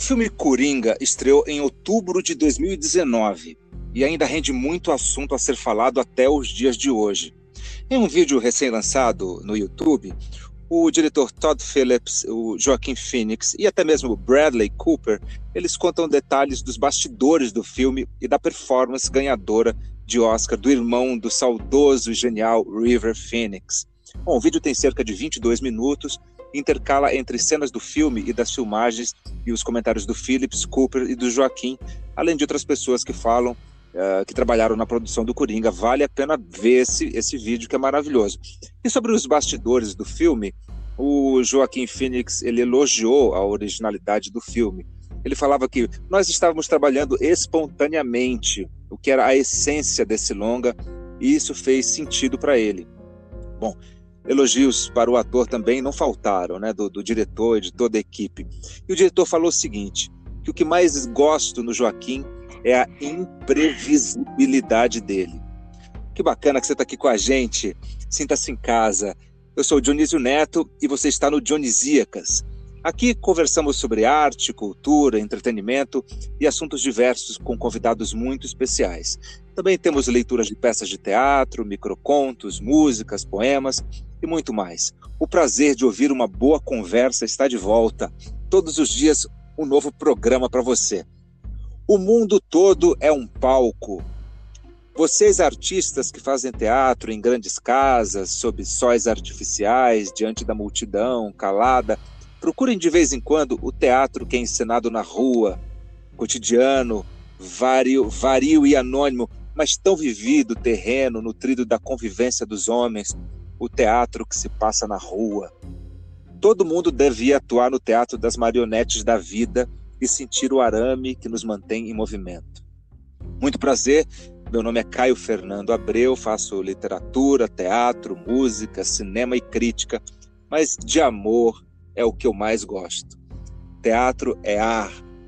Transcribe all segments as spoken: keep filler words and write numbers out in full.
filme Coringa estreou em outubro de dois mil e dezenove e ainda rende muito assunto a ser falado até os dias de hoje. Em um vídeo recém-lançado no YouTube, o diretor Todd Phillips, o Joaquin Phoenix e até mesmo o Bradley Cooper, eles contam detalhes dos bastidores do filme e da performance ganhadora de Oscar do irmão do saudoso e genial River Phoenix. Bom, o vídeo tem cerca de vinte e dois minutos, intercala entre cenas do filme e das filmagens e os comentários do Phillips, Cooper e do Joaquin, além de outras pessoas que falam, uh, que trabalharam na produção do Coringa. Vale a pena ver esse, esse vídeo, que é maravilhoso. E sobre os bastidores do filme, o Joaquin Phoenix, ele elogiou a originalidade do filme. Ele falava que nós estávamos trabalhando espontaneamente, o que era a essência desse longa, e isso fez sentido para ele. Bom, elogios para o ator também não faltaram, né, do, do diretor e de toda a equipe. E o diretor falou o seguinte, que o que mais gosto no Joaquin é a imprevisibilidade dele. Que bacana que você está aqui com a gente, sinta-se em casa. Eu sou o Dionísio Neto e você está no Dionisíacas. Aqui conversamos sobre arte, cultura, entretenimento e assuntos diversos com convidados muito especiais. Também temos leituras de peças de teatro, microcontos, músicas, poemas e muito mais. O prazer de ouvir uma boa conversa está de volta. Todos os dias, um novo programa para você. O mundo todo é um palco. Vocês, artistas que fazem teatro em grandes casas, sob sóis artificiais, diante da multidão calada, procurem de vez em quando o teatro que é encenado na rua, cotidiano, vario, vario e anônimo, mas tão vivido, terreno, nutrido da convivência dos homens, o teatro que se passa na rua. Todo mundo devia atuar no teatro das marionetes da vida e sentir o arame que nos mantém em movimento. Muito prazer, meu nome é Caio Fernando Abreu, faço literatura, teatro, música, cinema e crítica, mas de amor é o que eu mais gosto. Teatro é ar.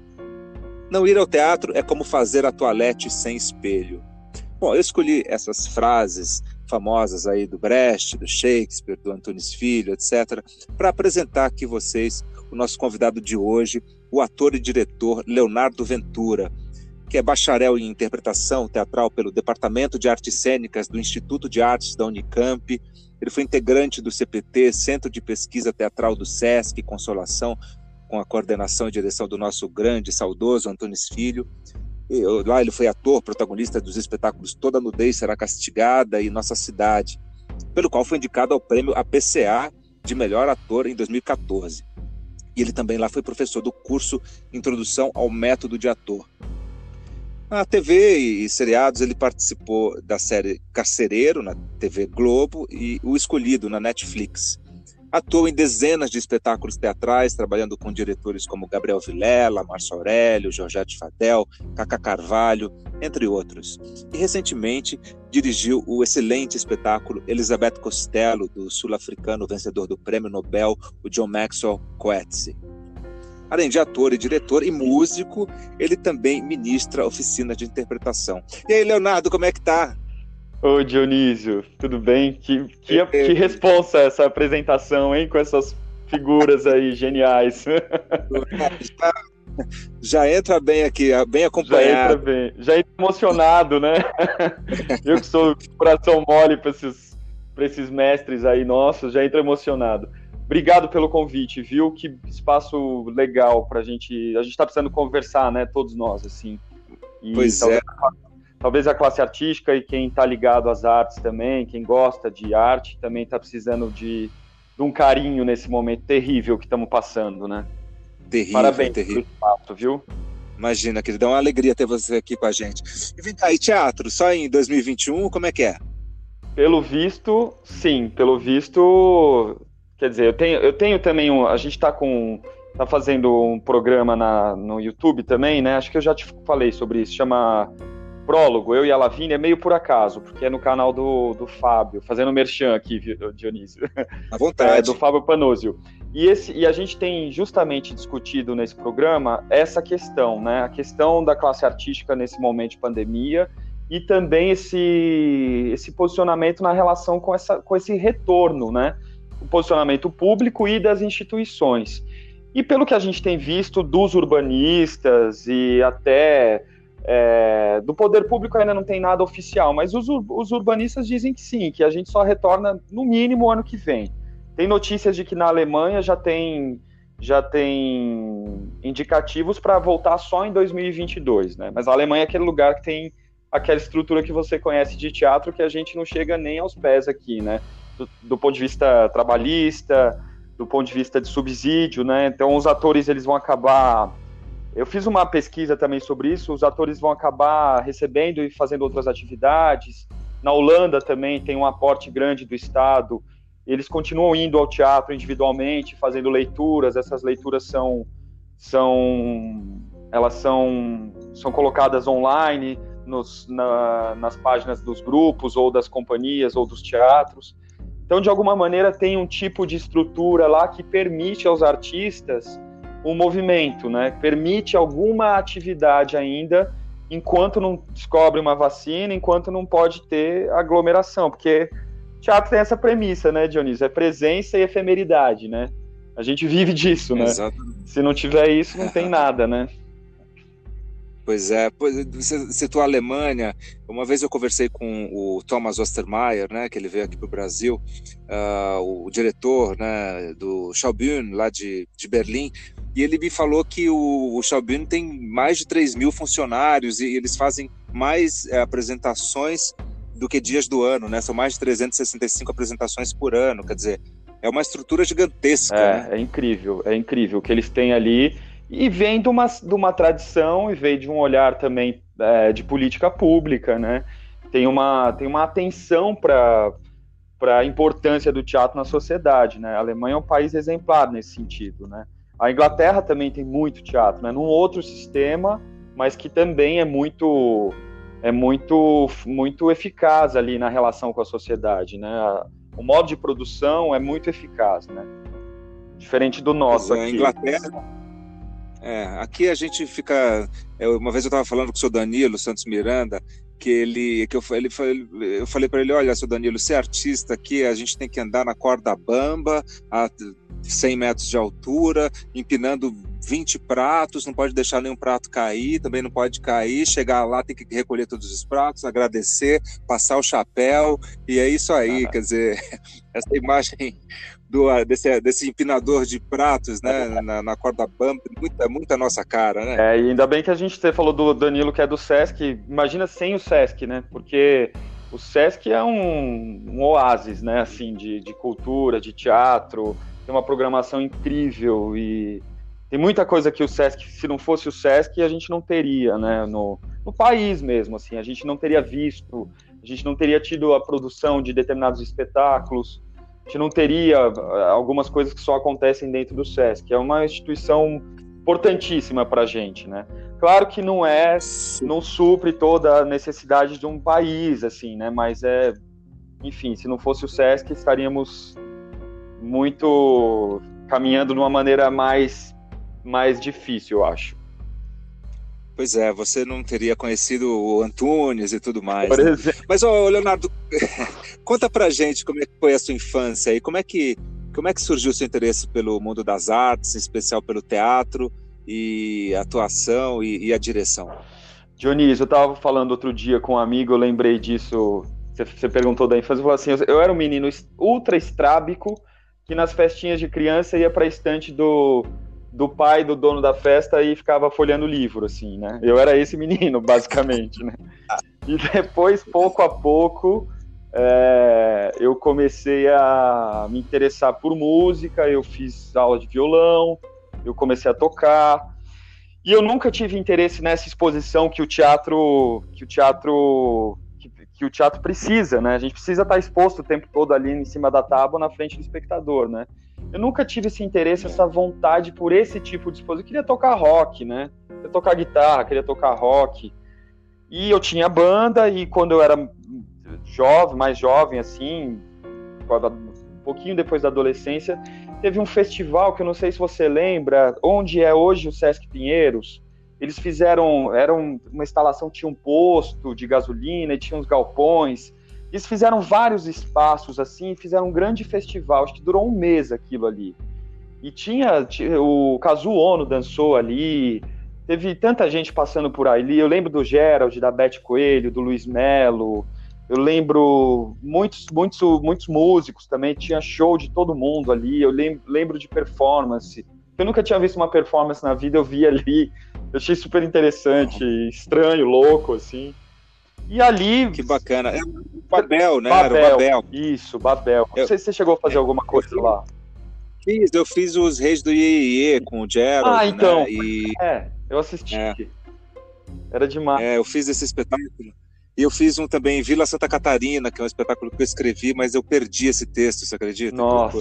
Não ir ao teatro é como fazer a toalete sem espelho. Bom, eu escolhi essas frases famosas aí do Brecht, do Shakespeare, do Antunes Filho, etcétera, para apresentar aqui vocês o nosso convidado de hoje, o ator e diretor Leonardo Ventura, que é bacharel em interpretação teatral pelo Departamento de Artes Cênicas do Instituto de Artes da Unicamp. Ele foi integrante do C P T, Centro de Pesquisa Teatral do Sesc Consolação, com a coordenação e direção do nosso grande, saudoso Antunes Filho. E lá ele foi ator, protagonista dos espetáculos Toda Nudez Será Castigada e Nossa Cidade, pelo qual foi indicado ao prêmio A P C A de melhor ator em dois mil e catorze. E ele também lá foi professor do curso Introdução ao Método de Ator. Na T V e seriados ele participou da série Carcereiro, na T V Globo, e O Escolhido, na Netflix. Atuou em dezenas de espetáculos teatrais, trabalhando com diretores como Gabriel Vilela, Márcio Aurélio, Georgette Fadel, Cacá Carvalho, entre outros. E recentemente dirigiu o excelente espetáculo Elizabeth Costello, do sul-africano vencedor do Prêmio Nobel, o John Maxwell Coetzee. Além de ator e diretor e músico, ele também ministra oficinas de interpretação. E aí, Leonardo, como é que tá? Ô, Dionísio, tudo bem? Que, que, é, que responsa essa apresentação, hein? Com essas figuras aí geniais. Já, já entra bem aqui, bem acompanhado. Já entra bem. Já entra emocionado, né? Eu que sou de coração mole para esses, para esses mestres aí nossos, já entra emocionado. Obrigado pelo convite, viu? Que espaço legal pra gente... A gente tá precisando conversar, né? Todos nós, assim. E pois talvez, é. Talvez a classe artística e quem tá ligado às artes também, quem gosta de arte, também tá precisando de, de um carinho nesse momento terrível que estamos passando, né? Terrível, Parabéns terrível. pelo espaço, viu? Imagina, querido, é uma alegria ter você aqui com a gente. E vem cá, e teatro? Só em dois mil e vinte e um, como é que é? Pelo visto, sim. Pelo visto... Quer dizer, eu tenho, eu tenho também um... A gente tá com... Tá fazendo um programa na, no YouTube também, né? Acho que eu já te falei sobre isso. Chama Prólogo, eu e a Lavínia, é meio por acaso, porque é no canal do, do Fábio, fazendo merchan aqui, Dionísio. À vontade. É, do Fábio Panozio. E, esse, e a gente tem justamente discutido nesse programa essa questão, né? A questão da classe artística nesse momento de pandemia e também esse, esse posicionamento na relação com, essa, com esse retorno, né? O posicionamento público e das instituições. E pelo que a gente tem visto dos urbanistas e até é, do poder público ainda não tem nada oficial, mas os, os urbanistas dizem que sim, que a gente só retorna no mínimo ano que vem. Tem notícias de que na Alemanha já tem, já tem indicativos para voltar só em dois mil e vinte e dois, né? Mas a Alemanha é aquele lugar que tem aquela estrutura que você conhece de teatro que a gente não chega nem aos pés aqui, né? Do, do ponto de vista trabalhista, do ponto de vista de subsídio, né? Então os atores eles vão acabar... Eu fiz uma pesquisa também sobre isso, os atores vão acabar recebendo e fazendo outras atividades. Na Holanda também tem um aporte grande do Estado, eles continuam indo ao teatro individualmente, fazendo leituras, essas leituras são, são, elas são, são colocadas online, nos, na, nas páginas dos grupos, ou das companhias, ou dos teatros. Então, de alguma maneira, tem um tipo de estrutura lá que permite aos artistas um movimento, né? Permite alguma atividade ainda, enquanto não descobre uma vacina, enquanto não pode ter aglomeração, porque teatro tem essa premissa, né, Dionísio? É presença e efemeridade, né? A gente vive disso, né? Exatamente. Se não tiver isso, não tem nada, né? Pois é, você citou a Alemanha. Uma vez eu conversei com o Thomas Ostermeier, né, que ele veio aqui para o Brasil, uh, o diretor, né, do Schaubühne, lá de, de Berlim, e ele me falou que o, o Schaubühne tem mais de três mil funcionários e eles fazem mais é, apresentações do que dias do ano, né? São mais de trezentas e sessenta e cinco apresentações por ano, quer dizer, é uma estrutura gigantesca. É, né? é incrível, é incrível o que eles têm ali. E vem de uma, de uma tradição e vem de um olhar também é, de política pública, né? Tem uma, tem uma atenção para para a importância do teatro na sociedade, né? A Alemanha é um país exemplar nesse sentido, né? A Inglaterra também tem muito teatro, né? Num outro sistema, mas que também é muito é muito muito eficaz ali na relação com a sociedade, né? O modo de produção é muito eficaz, né? Diferente do nosso é, aqui. A Inglaterra É, aqui a gente fica... Uma vez eu estava falando com o seu Danilo Santos Miranda, que ele, que eu, ele, eu falei para ele, olha, seu Danilo, ser artista aqui, a gente tem que andar na corda bamba, a cem metros de altura, empinando vinte pratos, não pode deixar nenhum prato cair, também não pode cair, chegar lá, tem que recolher todos os pratos, agradecer, passar o chapéu, e é isso aí, ah. Quer dizer, essa imagem... Do, desse, desse empinador de pratos, né, é. na, na corda bamba, muita, muita nossa cara, né? É, e ainda bem que a gente falou do Danilo, que é do Sesc, imagina sem o Sesc, né, porque o Sesc é um, um oásis, né, assim, de, de cultura, de teatro, tem uma programação incrível e tem muita coisa que o Sesc, se não fosse o Sesc, a gente não teria, né, no, no país mesmo, assim, a gente não teria visto, a gente não teria tido a produção de determinados espetáculos, a gente não teria algumas coisas que só acontecem dentro do Sesc. É uma instituição importantíssima para a gente, né? Claro que não é, não supre toda a necessidade de um país, assim, né? Mas é, enfim, se não fosse o Sesc, estaríamos muito caminhando de uma maneira mais, mais difícil, eu acho. Pois é, você não teria conhecido o Antunes e tudo mais. Né? Mas, ó, Leonardo, conta pra gente como é que foi a sua infância e como é que, como é que surgiu o seu interesse pelo mundo das artes, em especial pelo teatro e a atuação e, e a direção. Dionísio, eu estava falando outro dia com um amigo, eu lembrei disso, você, você perguntou da infância, eu falei assim, eu, eu era um menino ultra estrábico que nas festinhas de criança ia pra estante do... do pai do dono da festa e ficava folheando livro, assim, né? Eu era esse menino, basicamente, né? E depois, pouco a pouco, é, eu comecei a me interessar por música, eu fiz aula de violão, eu comecei a tocar, e eu nunca tive interesse nessa exposição que o teatro, que o teatro, que, que o teatro precisa, né? A gente precisa estar exposto o tempo todo ali em cima da tábua, na frente do espectador, né? Eu nunca tive esse interesse, essa vontade por esse tipo de exposição. Eu queria tocar rock, né? Eu queria tocar guitarra, queria tocar rock. E eu tinha banda, e quando eu era jovem, mais jovem, assim, um pouquinho depois da adolescência, teve um festival que eu não sei se você lembra, onde é hoje o Sesc Pinheiros. Eles fizeram, era uma instalação, tinha um posto de gasolina, e tinha uns galpões. Eles fizeram vários espaços assim, fizeram um grande festival, acho que durou um mês aquilo ali. E tinha, tinha o Kazuo Ono dançou ali, teve tanta gente passando por ali. Eu lembro do Gerald, da Beth Coelho, do Luiz Melo. Eu lembro muitos, muitos, muitos músicos também. Tinha show de todo mundo ali. Eu lembro, lembro de performance. Eu nunca tinha visto uma performance na vida, eu vi ali. Eu achei super interessante, estranho, louco, assim. E ali... Que bacana. É o Babel, né? Babel, Era o Babel. Isso, Babel. Eu, não sei se você chegou a fazer é, alguma coisa eu lá. Fiz, eu fiz os Reis do Iê com o Gerald, ah, então, né? E, é, eu assisti. É, Era demais. É, eu fiz esse espetáculo. E eu fiz um também em Vila Santa Catarina, que é um espetáculo que eu escrevi, mas eu perdi esse texto, você acredita? Nossa.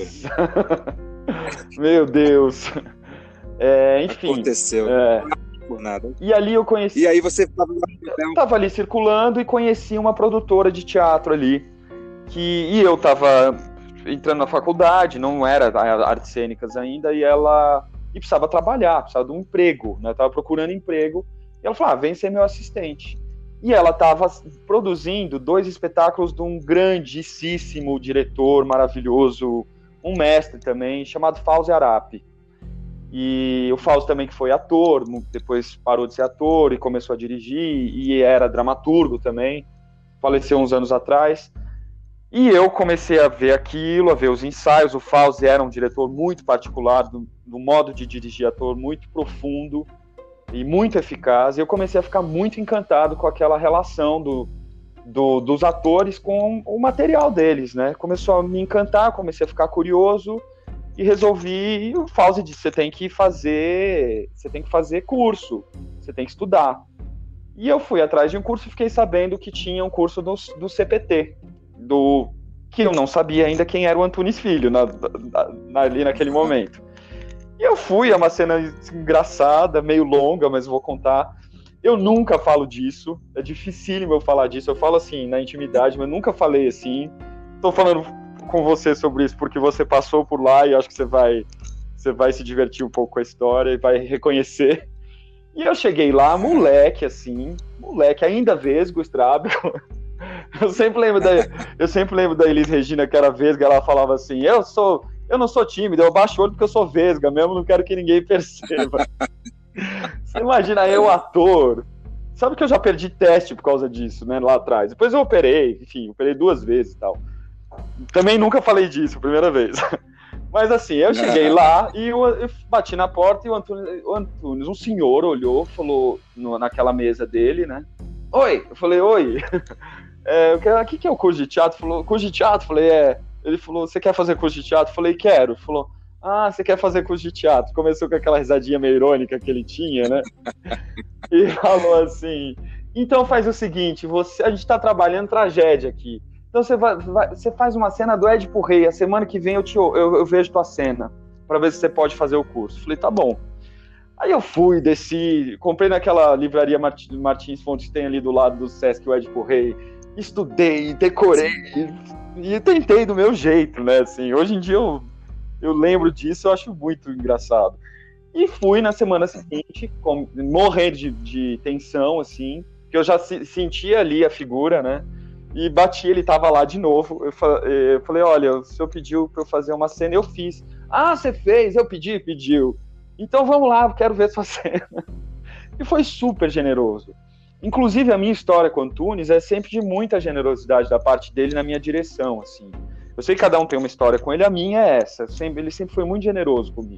Meu Deus. É, enfim. Aconteceu. É. Por nada. E ali eu conheci... E aí você estava eu tava ali circulando e conheci uma produtora de teatro ali. Que... E eu tava entrando na faculdade, não era artes cênicas ainda, e ela... E precisava trabalhar, precisava de um emprego, né? Eu tava procurando emprego. E ela falou, ah, vem ser meu assistente. E ela estava produzindo dois espetáculos de um grandíssimo diretor maravilhoso, um mestre também, chamado Fauzi Arap. E o Fauzi também que foi ator, depois parou de ser ator e começou a dirigir, e era dramaturgo também, faleceu uns anos atrás. E eu comecei a ver aquilo, a ver os ensaios. O Fauzi era um diretor muito particular, do, do modo de dirigir ator muito profundo, e muito eficaz, e eu comecei a ficar muito encantado com aquela relação do, do, dos atores com o material deles, né? Começou a me encantar, comecei a ficar curioso e resolvi. E o Fauzi disse: você tem que fazer, você tem que fazer curso, você tem que estudar. E eu fui atrás de um curso e fiquei sabendo que tinha um curso do, do C P T, do que eu não sabia ainda quem era o Antunes Filho na, na, ali naquele momento. E eu fui, é uma cena engraçada, meio longa, mas vou contar. Eu nunca falo disso, é dificílimo eu falar disso. Eu falo assim, na intimidade, mas nunca falei assim. Tô falando com você sobre isso porque você passou por lá e acho que você vai, você vai se divertir um pouco com a história e vai reconhecer. E eu cheguei lá, moleque, assim, moleque, ainda vesgo, estrábico. Eu sempre lembro da, eu sempre lembro da Elis Regina, que era vesga, ela falava assim, eu sou... Eu não sou tímido, eu baixo o olho porque eu sou vesga mesmo, não quero que ninguém perceba. Você imagina eu, ator. Sabe que eu já perdi teste por causa disso, né, lá atrás. Depois eu operei, enfim, operei duas vezes e tal. Também nunca falei disso, primeira vez. Mas assim, eu cheguei lá e eu, eu bati na porta e o Antunes, o Antunes, um senhor olhou, falou no, naquela mesa dele, né? Oi! Eu falei, oi! É, o que, que é o curso de teatro? Falou, curso de teatro? Eu falei, é... Ele falou, você quer fazer curso de teatro? Eu falei, quero. Ele falou, ah, você quer fazer curso de teatro? Começou com aquela risadinha meio irônica que ele tinha, né? E falou assim, então faz o seguinte, você, a gente tá trabalhando tragédia aqui. Então você, vai, vai, você faz uma cena do Édipo Rei, a semana que vem eu, te, eu, eu vejo tua cena, pra ver se você pode fazer o curso. Eu falei, tá bom. Aí eu fui, desci, comprei naquela livraria Martins Fontes que tem ali do lado do Sesc, o Édipo Rei, estudei, decorei... E tentei do meu jeito, né, assim, hoje em dia eu, eu lembro disso, eu acho muito engraçado. E fui na semana seguinte, com, morrendo de, de tensão, assim, que eu já se, sentia ali a figura, né, e bati, ele tava lá de novo, eu, eu falei, olha, o senhor pediu pra eu fazer uma cena, eu fiz. Ah, você fez? Eu pedi? Pediu. Então vamos lá, eu quero ver sua cena. E foi super generoso. Inclusive, a minha história com o Antunes é sempre de muita generosidade da parte dele na minha direção, assim. Eu sei que cada um tem uma história com ele, a minha é essa. Sempre, ele sempre foi muito generoso comigo.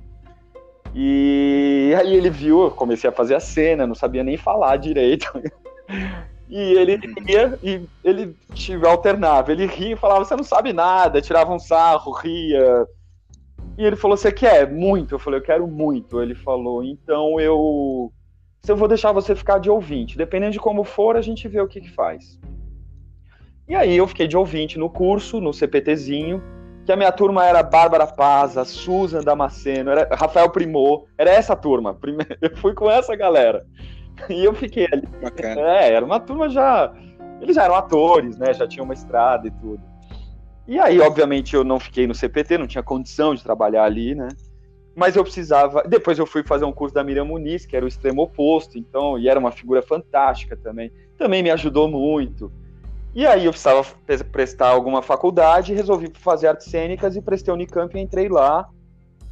E aí ele viu, eu comecei a fazer a cena, não sabia nem falar direito. E ele ria, e ele alternava. Ele ria e falava, você não sabe nada, tirava um sarro, ria. E ele falou, você quer? Muito. Eu falei, eu quero muito. Ele falou, então eu... eu vou deixar você ficar de ouvinte. Dependendo de como for, a gente vê o que que faz. E aí eu fiquei de ouvinte no curso, no CPTzinho, que a minha turma era Bárbara Paz, a Susan Damasceno, era Rafael Primô, era essa turma. Eu fui com essa galera. E eu fiquei ali. Bacana. É, era uma turma já... Eles já eram atores, né? Já tinham uma estrada e tudo. E aí, obviamente, eu não fiquei no C P T, não tinha condição de trabalhar ali, né? Mas eu precisava... Depois eu fui fazer um curso da Miriam Muniz, que era o extremo oposto, então, e era uma figura fantástica também. Também me ajudou muito. E aí eu precisava prestar alguma faculdade, resolvi fazer artes cênicas e prestei Unicamp e entrei lá.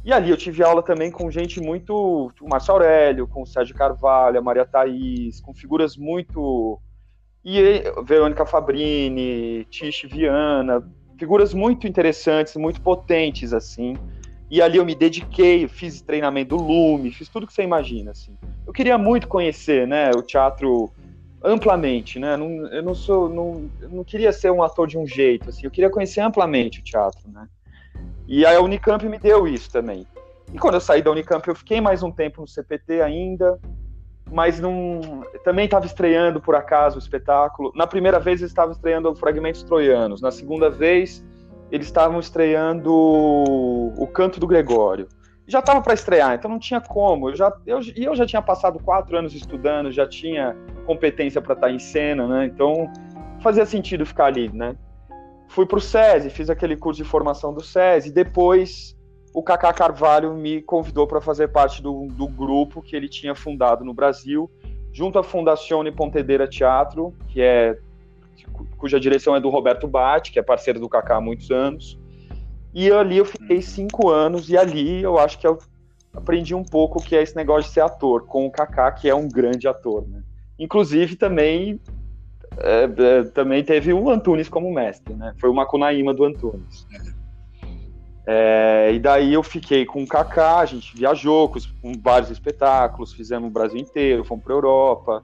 E ali eu tive aula também com gente muito, o Márcio Aurélio, com o Sérgio Carvalho, a Maria Thaís, com figuras muito... E Verônica Fabrini, Tish Viana, figuras muito interessantes, muito potentes, assim. E ali eu me dediquei, fiz treinamento do Lume, fiz tudo que você imagina, assim. Eu queria muito conhecer, né, o teatro amplamente, né, não, eu não sou, não, eu não queria ser um ator de um jeito, assim, eu queria conhecer amplamente o teatro, né. E a Unicamp me deu isso também. E quando eu saí da Unicamp, eu fiquei mais um tempo no C P T ainda, mas não, também estava estreando, por acaso, o espetáculo. Na primeira vez, eles estavam estreando Fragmentos Troianos. Na segunda vez, eles estavam estreando O Canto do Gregório. Já estava para estrear, então não tinha como. Eu já, eu, e eu já tinha passado quatro anos estudando, já tinha competência para estar em cena, né? Então, fazia sentido ficar ali, né? Fui para o SESI, fiz aquele curso de formação do SESI, e depois o Cacá Carvalho me convidou para fazer parte do, do grupo que ele tinha fundado no Brasil, junto à Fundazione Pontedera Teatro, que é, cuja direção é do Roberto Batti, que é parceiro do Cacá há muitos anos. E ali eu fiquei cinco anos, e ali eu acho que eu aprendi um pouco o que é esse negócio de ser ator, com o Cacá, que é um grande ator, né? Inclusive, também, é, é, também teve o Antunes como mestre, né? Foi o Macunaíma do Antunes. É, e daí eu fiquei com o Cacá, a gente viajou com, com vários espetáculos, fizemos o Brasil inteiro, fomos para a Europa.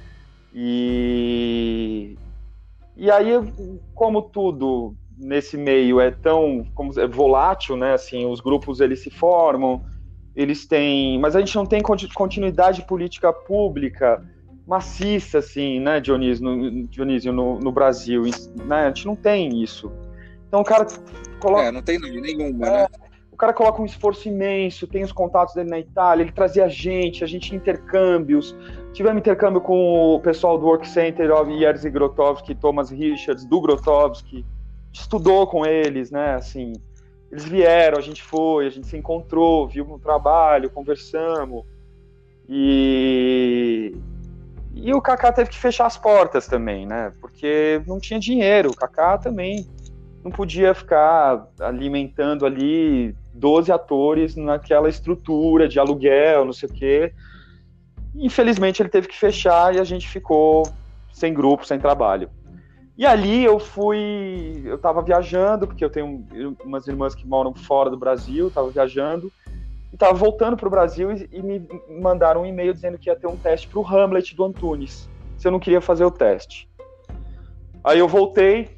E, e aí, como tudo nesse meio é tão como, é volátil, né? Assim, os grupos eles se formam, eles têm, mas a gente não tem continuidade política pública maciça, assim, né, Dionísio, no, Dionísio, no, no Brasil, né? A gente não tem isso. Então o cara coloca... É, não tem nenhuma, é, né? O cara coloca um esforço imenso, tem os contatos dele na Itália, ele trazia gente, a gente tinha intercâmbios. Tivemos intercâmbio com o pessoal do Work Center of Jerzy Grotowski, Thomas Richards, do Grotowski. Estudou com eles, né? Assim, eles vieram, a gente foi, a gente se encontrou, viu um trabalho, conversamos. E... E o Cacá teve que fechar as portas também, né? Porque não tinha dinheiro. O Cacá também não podia ficar alimentando ali doze atores naquela estrutura de aluguel, não sei o quê. Infelizmente ele teve que fechar e a gente ficou sem grupo, sem trabalho. E ali eu fui, eu tava viajando, porque eu tenho umas irmãs que moram fora do Brasil, tava viajando, e tava voltando pro Brasil e, e me mandaram um e-mail dizendo que ia ter um teste pro Hamlet do Antunes, se eu não queria fazer o teste. Aí eu voltei,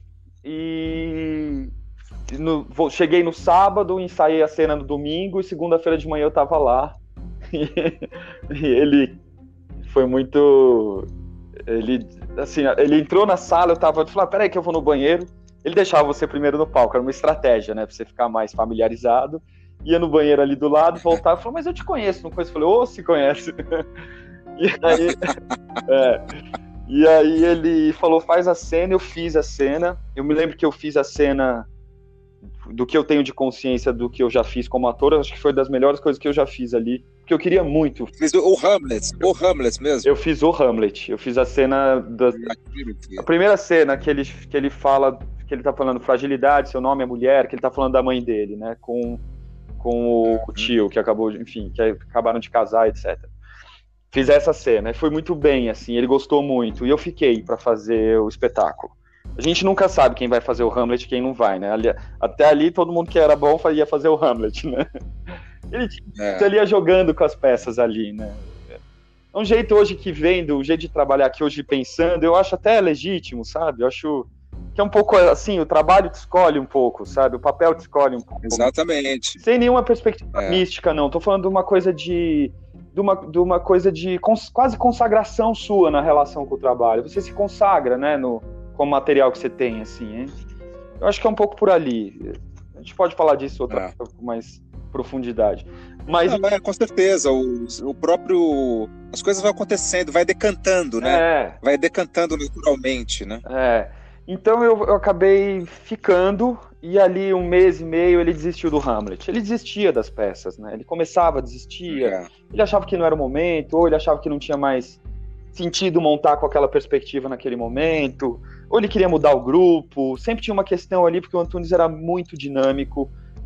E no, cheguei no sábado, ensaiei a cena no domingo, e segunda-feira de manhã eu tava lá. E, e ele foi muito... Ele, assim, ele entrou na sala, eu tava... Eu falei, peraí que eu vou no banheiro. Ele deixava você primeiro no palco, era uma estratégia, né? Pra você ficar mais familiarizado. Ia no banheiro ali do lado, voltava e falou, mas eu te conheço, não conheço? Eu falei, ô, oh, se conhece. E aí... é... E aí ele falou, faz a cena, eu fiz a cena. Eu me lembro que eu fiz a cena do que eu tenho de consciência do que eu já fiz como ator. Eu acho que foi das melhores coisas que eu já fiz ali, porque eu queria muito. Fiz o Hamlet, o Hamlet mesmo? Eu fiz o Hamlet, eu fiz a cena... Da... A primeira cena que ele, que ele fala, que ele tá falando fragilidade, seu nome é mulher, que ele tá falando da mãe dele, né, com, com o tio, que acabou, enfim, que acabaram de casar, etcétera. Fiz essa cena, e foi muito bem, assim, ele gostou muito, e eu fiquei para fazer o espetáculo. A gente nunca sabe quem vai fazer o Hamlet e quem não vai, né? Ali, até ali, todo mundo que era bom ia fazer o Hamlet, né? Ele, é. ele ia jogando com as peças ali, né? É um jeito hoje que vendo, o jeito de trabalhar aqui hoje pensando, eu acho até legítimo, sabe? Eu acho que é um pouco assim, o trabalho te escolhe um pouco, sabe? O papel te escolhe um pouco. Exatamente. Sem nenhuma perspectiva é. mística, não. Tô falando de uma coisa de... De uma, de uma coisa de cons, quase consagração sua na relação com o trabalho. Você se consagra, né, no, com o material que você tem, assim, hein? Eu acho que é um pouco por ali. A gente pode falar disso outra, é. com mais profundidade. Mas... Não, é, com certeza. O, o próprio... As coisas vão acontecendo, vai decantando, né? É. Vai decantando naturalmente, né? É. Então eu, eu acabei ficando, e ali um mês e meio ele desistiu do Hamlet. Ele desistia das peças, né? Ele começava, desistia, é. ele achava que não era o momento, ou ele achava que não tinha mais sentido montar com aquela perspectiva naquele momento, ou ele queria mudar o grupo, sempre tinha uma questão ali, porque o Antunes era muito dinâmico,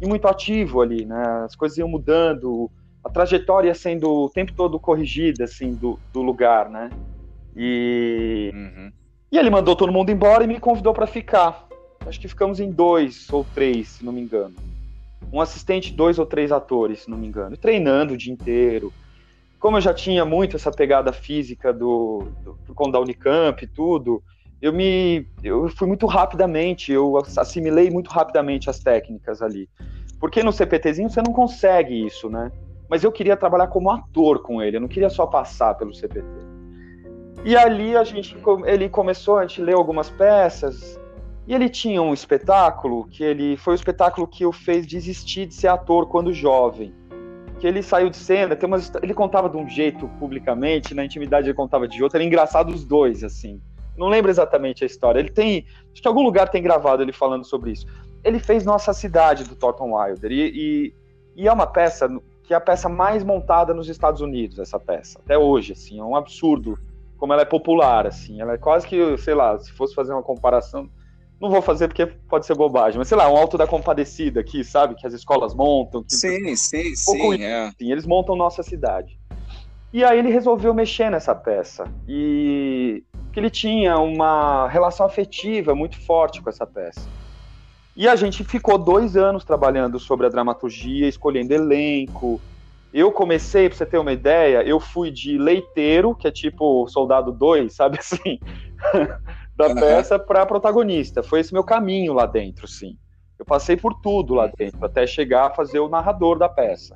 e muito ativo ali, né? As coisas iam mudando, a trajetória sendo o tempo todo corrigida, assim, do, do lugar, né? E, Uhum. e ele mandou todo mundo embora e me convidou para ficar. Acho que ficamos em dois ou três, se não me engano. Um assistente, dois ou três atores, se não me engano. E treinando o dia inteiro. Como eu já tinha muito essa pegada física do, do, por conta da Unicamp e tudo, eu me eu fui muito rapidamente, eu assimilei muito rapidamente as técnicas ali. Porque no CPTzinho você não consegue isso, né? Mas eu queria trabalhar como ator com ele, eu não queria só passar pelo C P T. E ali a gente, ele começou, a gente leu algumas peças, e ele tinha um espetáculo, que ele foi o espetáculo que o fez desistir de ser ator quando jovem. Que ele saiu de cena, tem umas, ele contava de um jeito publicamente, na intimidade ele contava de outro, era engraçado os dois, assim. Não lembro exatamente a história. Ele tem, acho que em algum lugar tem gravado ele falando sobre isso. Ele fez Nossa Cidade, do Thornton Wilder, e, e, e é uma peça que é a peça mais montada nos Estados Unidos, essa peça, até hoje, assim, é um absurdo como ela é popular, assim, ela é quase que, sei lá, se fosse fazer uma comparação, não vou fazer porque pode ser bobagem, mas sei lá, um Alto da Compadecida aqui, sabe, que as escolas montam. Que, sim, sim, um sim, isso, é. assim, eles montam Nossa Cidade. E aí ele resolveu mexer nessa peça, e que ele tinha uma relação afetiva muito forte com essa peça. E a gente ficou dois anos trabalhando sobre a dramaturgia, escolhendo elenco. Eu comecei, pra você ter uma ideia, eu fui de leiteiro, que é tipo Soldado dois, sabe assim, da uhum. peça, para protagonista. Foi esse meu caminho lá dentro, sim. Eu passei por tudo lá dentro, até chegar a fazer o narrador da peça.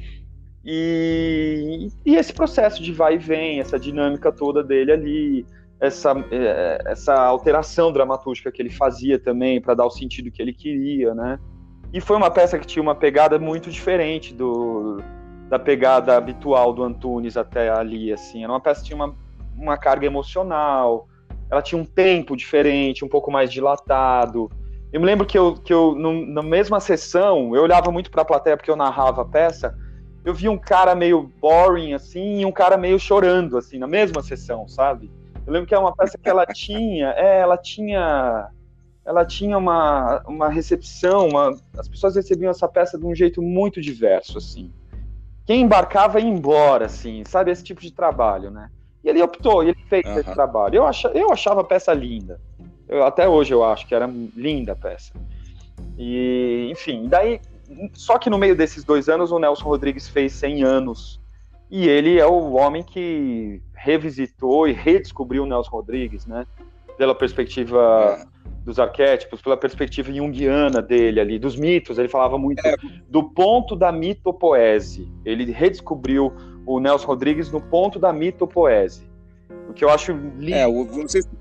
E, e esse processo de vai e vem, essa dinâmica toda dele ali, essa, essa alteração dramatúrgica que ele fazia também para dar o sentido que ele queria, né? E foi uma peça que tinha uma pegada muito diferente do... da pegada habitual do Antunes até ali, assim. Era uma peça que tinha uma, uma carga emocional, ela tinha um tempo diferente, um pouco mais dilatado. Eu me lembro que eu, que eu no, na mesma sessão, eu olhava muito para a plateia porque eu narrava a peça, eu via um cara meio boring, assim, e um cara meio chorando, assim, na mesma sessão, sabe? Eu lembro que é uma peça que ela tinha, é, ela tinha... ela tinha uma, uma recepção, uma, as pessoas recebiam essa peça de um jeito muito diverso, assim. Quem embarcava ia embora, assim, sabe? Esse tipo de trabalho, né? E ele optou, e ele fez uhum. esse trabalho. Eu, ach, eu achava a peça linda. Eu, até hoje eu acho que era linda a peça. E, enfim, daí... Só que no meio desses dois anos, o Nelson Rodrigues fez cem anos. E ele é o homem que revisitou e redescobriu o Nelson Rodrigues, né? Pela perspectiva... É. dos arquétipos, pela perspectiva junguiana dele ali, dos mitos, ele falava muito é. do ponto da mitopoese. Ele redescobriu o Nelson Rodrigues no ponto da mitopoese, o que eu acho lindo. É, eu não, sei,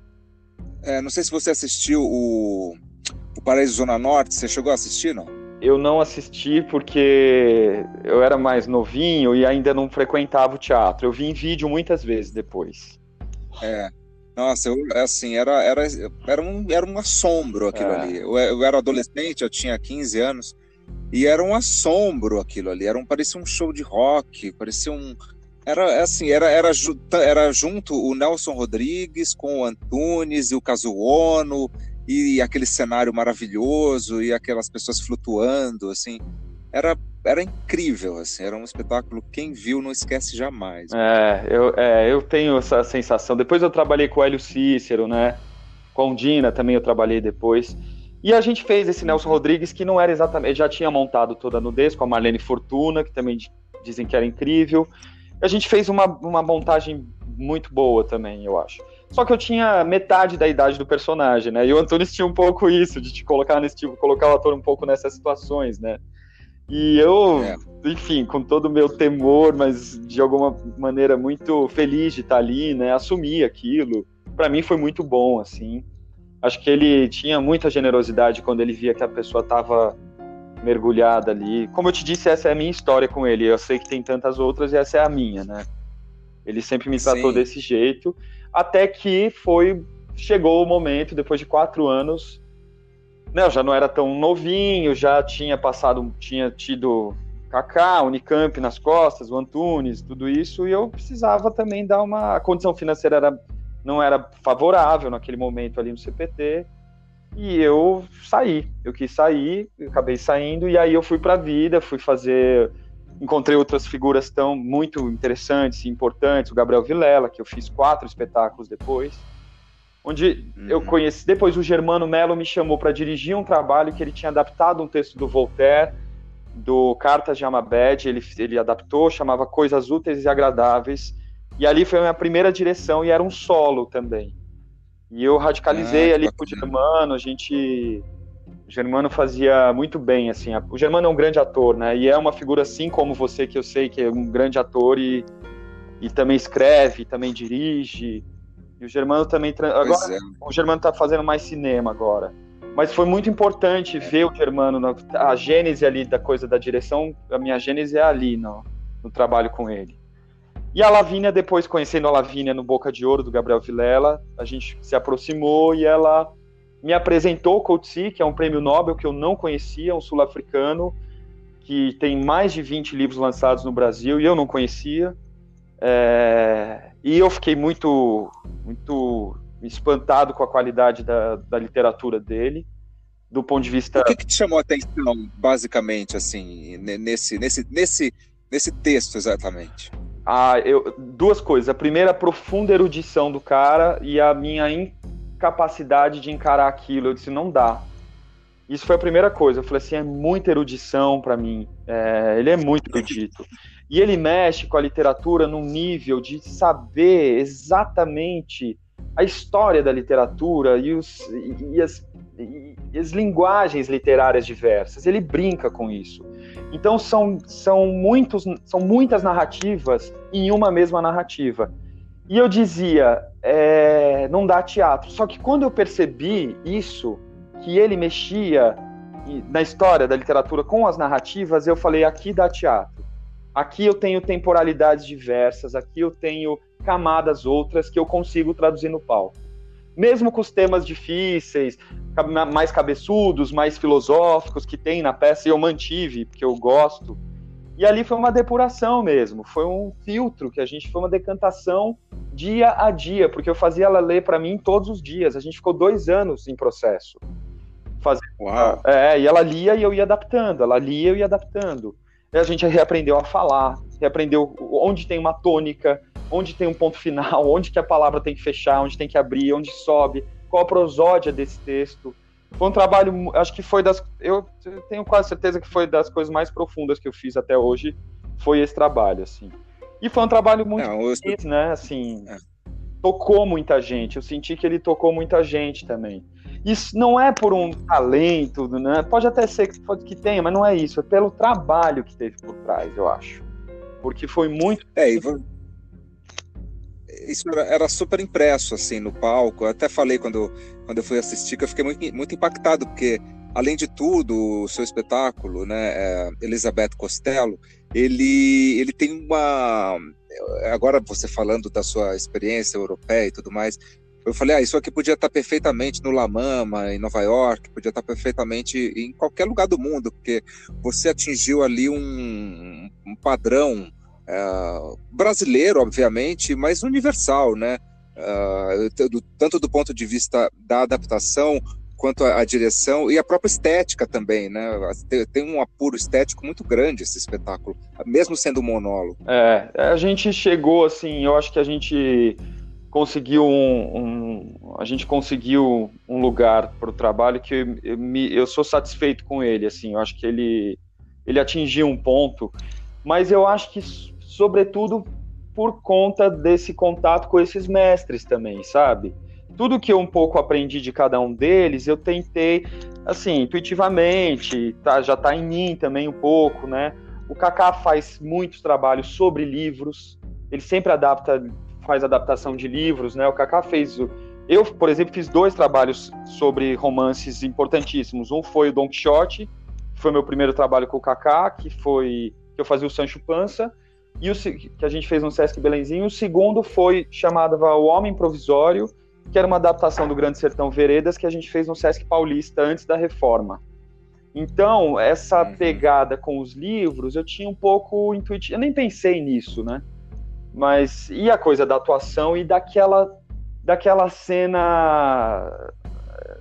é, não sei se você assistiu o, o Paraíso Zona Norte, você chegou a assistir, não? Eu não assisti porque eu era mais novinho e ainda não frequentava o teatro. Eu vi em vídeo muitas vezes depois. É. Nossa, eu, assim, era, era, era, um, era um assombro aquilo é. ali. Eu, eu era adolescente, eu tinha quinze anos, e era um assombro aquilo ali. Era um, parecia um show de rock, parecia um... Era assim, era, era, era junto o Nelson Rodrigues com o Antunes e o Kazuono, e aquele cenário maravilhoso, e aquelas pessoas flutuando, assim... Era, era incrível, assim, era um espetáculo, quem viu não esquece jamais. É eu, é, eu tenho essa sensação. Depois eu trabalhei com o Hélio Cícero, né? Com a Undina também eu trabalhei depois. E a gente fez esse Nelson Rodrigues, que não era exatamente... Já tinha montado toda a nudez com a Marlene Fortuna, que também dizem que era incrível. A gente fez uma, uma montagem muito boa também, eu acho. Só que eu tinha metade da idade do personagem, né? E o Antunes tinha um pouco isso, de te colocar nesse tipo, colocar o ator um pouco nessas situações, né? E eu, é. enfim, com todo o meu temor, mas de alguma maneira muito feliz de estar ali, né, assumi aquilo. Para mim foi muito bom, assim. Acho que ele tinha muita generosidade quando ele via que a pessoa estava mergulhada ali. Como eu te disse, essa é a minha história com ele. Eu sei que tem tantas outras e essa é a minha, né? Ele sempre me tratou Sim. desse jeito, até que foi, chegou o momento, depois de quatro anos... Não, já não era tão novinho, já tinha passado, tinha tido Kaká, Unicamp nas costas, o Antunes, tudo isso, e eu precisava também dar uma... A condição financeira era, não era favorável naquele momento ali no C P T, e eu saí, eu quis sair, eu acabei saindo, e aí eu fui para a vida, fui fazer, encontrei outras figuras tão muito interessantes e importantes, o Gabriel Vilela, que eu fiz quatro espetáculos depois, onde uhum. eu conheci, depois o Germano Mello me chamou para dirigir um trabalho que ele tinha adaptado um texto do Voltaire, do Cartas de Amabed, ele, ele adaptou, chamava Coisas Úteis e Agradáveis, e ali foi a minha primeira direção, e era um solo também. E eu radicalizei ah, ali com o Germano, a gente... O Germano fazia muito bem, assim, o Germano é um grande ator, né, e é uma figura assim como você, que eu sei que é um grande ator e, e também escreve, também dirige, e o Germano também... Agora, é. O Germano tá fazendo mais cinema agora, mas foi muito importante ver o Germano, a gênese ali da coisa da direção, a minha gênese é ali, no, no trabalho com ele. E a Lavínia, depois conhecendo a Lavínia no Boca de Ouro, do Gabriel Vilela, a gente se aproximou e ela me apresentou o Coetzee, que é um prêmio Nobel que eu não conhecia, um sul-africano, que tem mais de vinte livros lançados no Brasil, e eu não conhecia. É... E eu fiquei muito, muito espantado com a qualidade da, da literatura dele, do ponto de vista... O que, que te chamou a atenção, basicamente, assim, nesse, nesse, nesse, nesse texto, exatamente? Ah, eu, duas coisas. A primeira, a profunda erudição do cara e a minha incapacidade de encarar aquilo. Eu disse, não dá. Isso foi a primeira coisa. Eu falei assim, é muita erudição para mim. É, ele é muito erudito. E ele mexe com a literatura num nível de saber exatamente a história da literatura e, os, e, as, e as linguagens literárias diversas. Ele brinca com isso. Então são, são, muitos, são muitas narrativas em uma mesma narrativa. E eu dizia, é, não dá teatro. Só que quando eu percebi isso, que ele mexia na história da literatura com as narrativas, eu falei, aqui dá teatro. Aqui eu tenho temporalidades diversas, aqui eu tenho camadas outras que eu consigo traduzir no palco. Mesmo com os temas difíceis, mais cabeçudos, mais filosóficos que tem na peça, eu mantive, porque eu gosto. E ali foi uma depuração mesmo, foi um filtro que a gente, foi uma decantação dia a dia, porque eu fazia ela ler para mim todos os dias. A gente ficou dois anos em processo. Fazendo, Uau. É, e ela lia e eu ia adaptando, ela lia e eu ia adaptando. E a gente reaprendeu a falar, reaprendeu onde tem uma tônica, onde tem um ponto final, onde que a palavra tem que fechar, onde tem que abrir, onde sobe, qual a prosódia desse texto. Foi um trabalho, acho que foi das... Eu tenho quase certeza que foi das coisas mais profundas que eu fiz até hoje, foi esse trabalho, assim. E foi um trabalho muito Não, bonito, né, assim, é. Tocou muita gente, eu senti que ele tocou muita gente também. Isso não é por um talento, né? Pode até ser que, pode que tenha, mas não é isso, é pelo trabalho que teve por trás, eu acho. Porque foi muito... É, e isso era, era super impresso, assim, no palco. Eu até falei quando, quando eu fui assistir que eu fiquei muito, muito impactado, porque, além de tudo, o seu espetáculo, né, é, Elizabeth Costello, ele, ele tem uma... Agora você falando da sua experiência europeia e tudo mais, eu falei, ah, isso aqui podia estar perfeitamente no La Mama, em Nova York, podia estar perfeitamente em qualquer lugar do mundo, porque você atingiu ali um, um padrão uh, brasileiro, obviamente, mas universal, né? Uh, do, tanto do ponto de vista da adaptação, quanto a, a direção e a própria estética também, né? Tem, tem um apuro estético muito grande esse espetáculo, mesmo sendo um monólogo. É, a gente chegou, assim, eu acho que a gente... conseguiu um, um, a gente conseguiu um lugar para o trabalho que eu, eu, me, eu sou satisfeito com ele, assim, eu acho que ele, ele atingiu um ponto, mas eu acho que, sobretudo, por conta desse contato com esses mestres também, sabe? Tudo que eu um pouco aprendi de cada um deles, eu tentei, assim, intuitivamente, tá, já está em mim também um pouco, né? O Kaká faz muitos trabalhos sobre livros, ele sempre adapta... faz adaptação de livros, né? O Kaká fez... Eu, por exemplo, fiz dois trabalhos sobre romances importantíssimos. Um foi o Don Quixote, que foi meu primeiro trabalho com o Kaká, que foi... que eu fazia o Sancho Panza, e o que a gente fez no Sesc Belenzinho. O segundo foi chamado O Homem Provisório, que era uma adaptação do Grande Sertão Veredas, que a gente fez no Sesc Paulista antes da reforma. Então, essa uhum. pegada com os livros, eu tinha um pouco intuitivo. Eu nem pensei nisso, né? Mas, e a coisa da atuação e daquela, daquela cena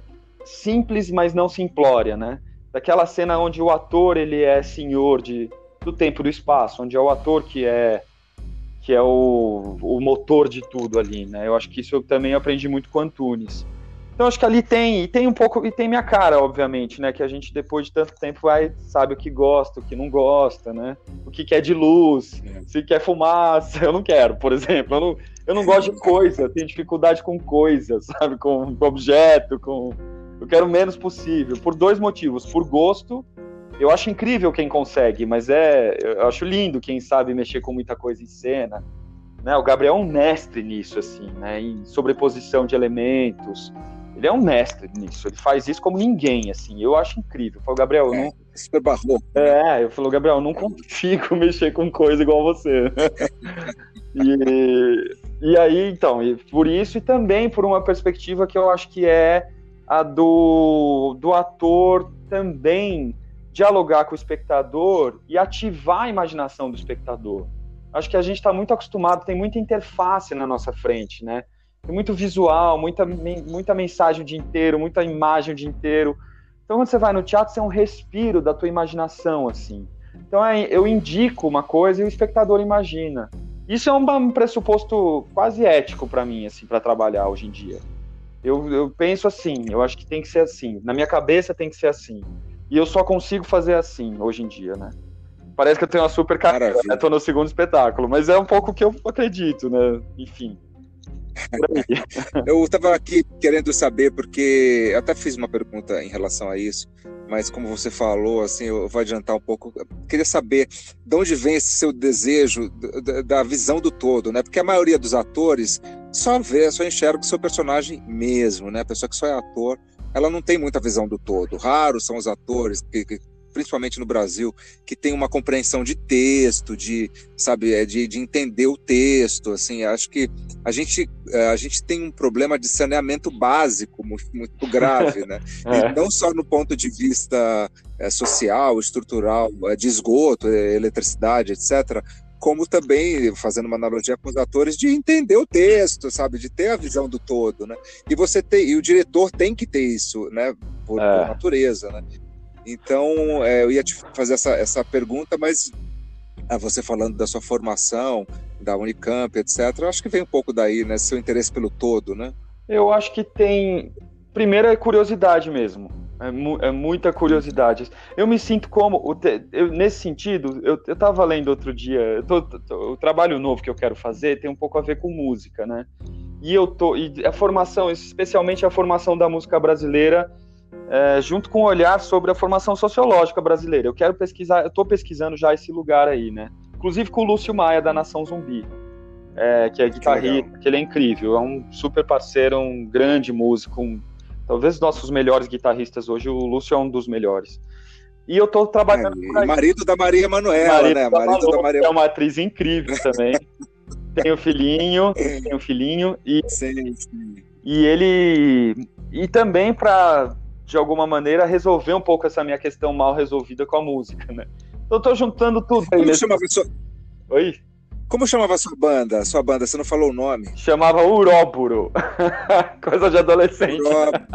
simples, mas não simplória, né? Daquela cena onde o ator ele é senhor de, do tempo e do espaço, onde é o ator que é, que é o, o motor de tudo ali, né? Eu acho que isso eu também aprendi muito com Antunes. Então acho que ali tem, e tem um pouco, e tem minha cara, obviamente, né? Que a gente depois de tanto tempo vai, sabe o que gosta, o que não gosta, né? O que quer de luz, se quer fumaça, eu não quero, por exemplo. Eu não, eu não gosto de coisa, tenho dificuldade com coisa, sabe? Com, com objeto, com... Eu quero o menos possível, por dois motivos. Por gosto, eu acho incrível quem consegue, mas é, eu acho lindo quem sabe mexer com muita coisa em cena. Né? O Gabriel é um mestre nisso, assim, né? Em sobreposição de elementos. Ele é um mestre nisso, ele faz isso como ninguém, assim. Eu acho incrível. Eu falo, Gabriel, eu É, não... super barroco. É, eu falo, Gabriel, eu não consigo mexer com coisa igual você. e, e aí, então, e por isso e também por uma perspectiva que eu acho que é a do, do ator também dialogar com o espectador e ativar a imaginação do espectador. Acho que a gente está muito acostumado, tem muita interface na nossa frente, né? Tem muito visual, muita, muita mensagem o dia inteiro, muita imagem o dia inteiro. Então, quando você vai no teatro, você é um respiro da tua imaginação, assim. Então, é, eu indico uma coisa e o espectador imagina. Isso é um pressuposto quase ético para mim, assim, para trabalhar hoje em dia. Eu, eu penso assim, eu acho que tem que ser assim. Na minha cabeça tem que ser assim. E eu só consigo fazer assim, hoje em dia, né? Parece que eu tenho uma super carreira, né? Tô no segundo espetáculo, mas é um pouco o que eu acredito, né? Enfim. Eu estava aqui querendo saber, porque eu até fiz uma pergunta em relação a isso, mas como você falou, assim, eu vou adiantar um pouco. Eu queria saber de onde vem esse seu desejo da, da visão do todo, né? Porque a maioria dos atores só vê, só enxerga o seu personagem mesmo, né? A pessoa que só é ator, ela não tem muita visão do todo. Raros são os atores que, que principalmente no Brasil, que tem uma compreensão de texto, de, sabe, de, de entender o texto, assim, acho que a gente, a gente tem um problema de saneamento básico muito, muito grave, né? É. E não só no ponto de vista é, social, estrutural, de esgoto, eletricidade, etcétera, como também, fazendo uma analogia com os atores, de entender o texto, sabe, de ter a visão do todo, né? E você tem, e o diretor tem que ter isso, né, por, é. por natureza, né? Então, é, eu ia te fazer essa, essa pergunta, mas ah, você falando da sua formação, da Unicamp, etcétera, eu acho que vem um pouco daí, né? Seu interesse pelo todo, né? Eu acho que tem... Primeiro é curiosidade mesmo. É, mu é muita curiosidade. Eu me sinto como... Eu, nesse sentido, eu estava lendo outro dia... Eu tô, tô, o trabalho novo que eu quero fazer tem um pouco a ver com música, né? E, eu tô, e a formação, especialmente a formação da música brasileira... É, junto com o olhar sobre a formação sociológica brasileira. Eu quero pesquisar, eu estou pesquisando já esse lugar aí, né? Inclusive com o Lúcio Maia, da Nação Zumbi, é, que é guitarrista, que, que ele é incrível, é um super parceiro, um grande músico, um, talvez nossos melhores guitarristas hoje, o Lúcio é um dos melhores. E eu estou trabalhando... É, marido da Maria Emanuela, marido né? Da marido Malu, da Maria... É uma atriz incrível também. Tem o filhinho, tem o filhinho, e, sim, sim. e ele... E também para... de alguma maneira, resolver um pouco essa minha questão mal resolvida com a música, né? Então eu tô juntando tudo aí. Como nesse... chamava sua... Oi? Como chamava a sua banda? Sua banda, você não falou o nome. Chamava Uróboro. Coisa de adolescente. Uróboro.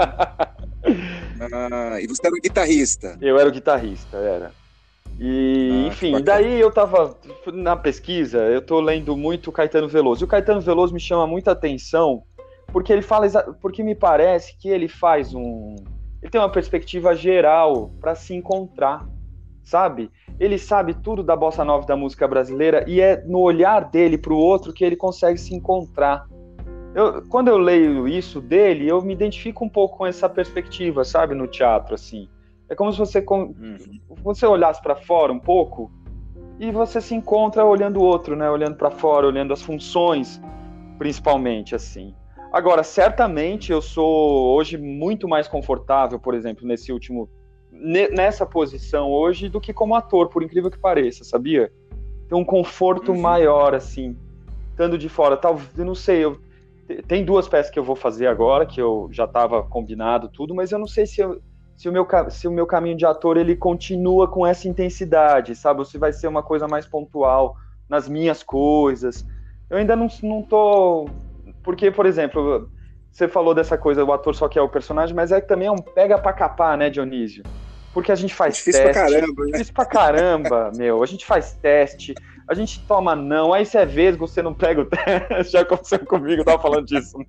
Ah, e você era o guitarrista? Eu era o guitarrista, era. E, ah, enfim, daí eu tava na pesquisa, eu tô lendo muito o Caetano Veloso. E o Caetano Veloso me chama muita atenção, porque ele fala, porque me parece que ele faz um... Ele tem uma perspectiva geral para se encontrar, sabe? Ele sabe tudo da bossa nova da música brasileira e é no olhar dele para o outro que ele consegue se encontrar. Eu, quando eu leio isso dele, eu me identifico um pouco com essa perspectiva, sabe? No teatro, assim. É como se você, uhum. você olhasse para fora um pouco e você se encontra olhando o outro, né? Olhando para fora, olhando as funções, principalmente, assim. Agora, certamente eu sou hoje muito mais confortável, por exemplo, nesse último, nessa posição hoje do que como ator, por incrível que pareça, sabia? Tem um conforto uhum. maior, assim, estando de fora. Talvez, eu não sei, eu, tem duas peças que eu vou fazer agora, que eu já estava combinado tudo, mas eu não sei se, eu, se, o meu, se o meu caminho de ator ele continua com essa intensidade, sabe? Ou se vai ser uma coisa mais pontual nas minhas coisas. Eu ainda não, não tô... Porque, por exemplo, você falou dessa coisa, o ator só quer o personagem, mas é que também é um pega pra capar, né, Dionísio? Porque a gente faz difícil teste. Difícil pra caramba, né? Difícil pra caramba, meu. A gente faz teste, a gente toma não, aí você é vesgo, você não pega o teste, já aconteceu comigo, eu tava falando disso.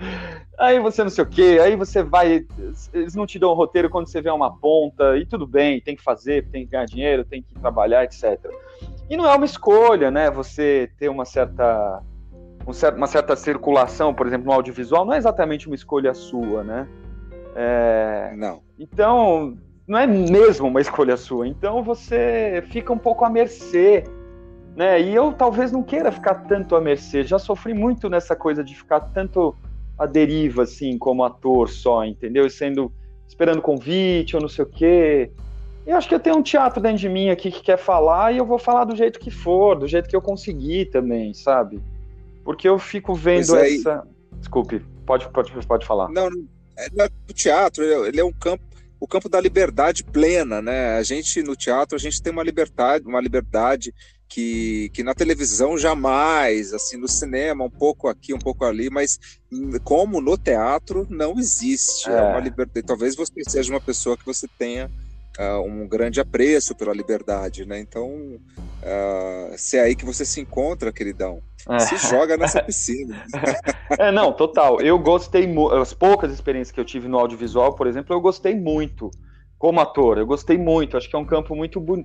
Aí você não sei o quê, aí você vai, eles não te dão um roteiro quando você vê uma ponta, e tudo bem, tem que fazer, tem que ganhar dinheiro, tem que trabalhar, etcétera. E não é uma escolha, né, você ter uma certa, uma certa circulação, por exemplo, no audiovisual, não é exatamente uma escolha sua, né? É... Não. Então, não é mesmo uma escolha sua, então você fica um pouco à mercê, né, e eu talvez não queira ficar tanto à mercê, já sofri muito nessa coisa de ficar tanto a deriva, assim, como ator só, entendeu? Sendo, esperando convite ou não sei o quê. Eu acho que eu tenho um teatro dentro de mim aqui que quer falar e eu vou falar do jeito que for, do jeito que eu conseguir também, sabe? Porque eu fico vendo é, essa... Desculpe, pode, pode, pode falar. Não, é, o teatro, ele é um campo, o campo da liberdade plena, né? A gente, no teatro, a gente tem uma liberdade, uma liberdade que, que na televisão jamais, assim, no cinema, um pouco aqui, um pouco ali, mas como no teatro não existe. É, é uma liberdade. Talvez você seja uma pessoa que você tenha uh, um grande apreço pela liberdade, né? Então, uh, se é aí que você se encontra, queridão, é. se joga nessa piscina. É, não, total. Eu gostei muito. As poucas experiências que eu tive no audiovisual, por exemplo, eu gostei muito como ator. Eu gostei muito. Acho que é um campo muito bonito,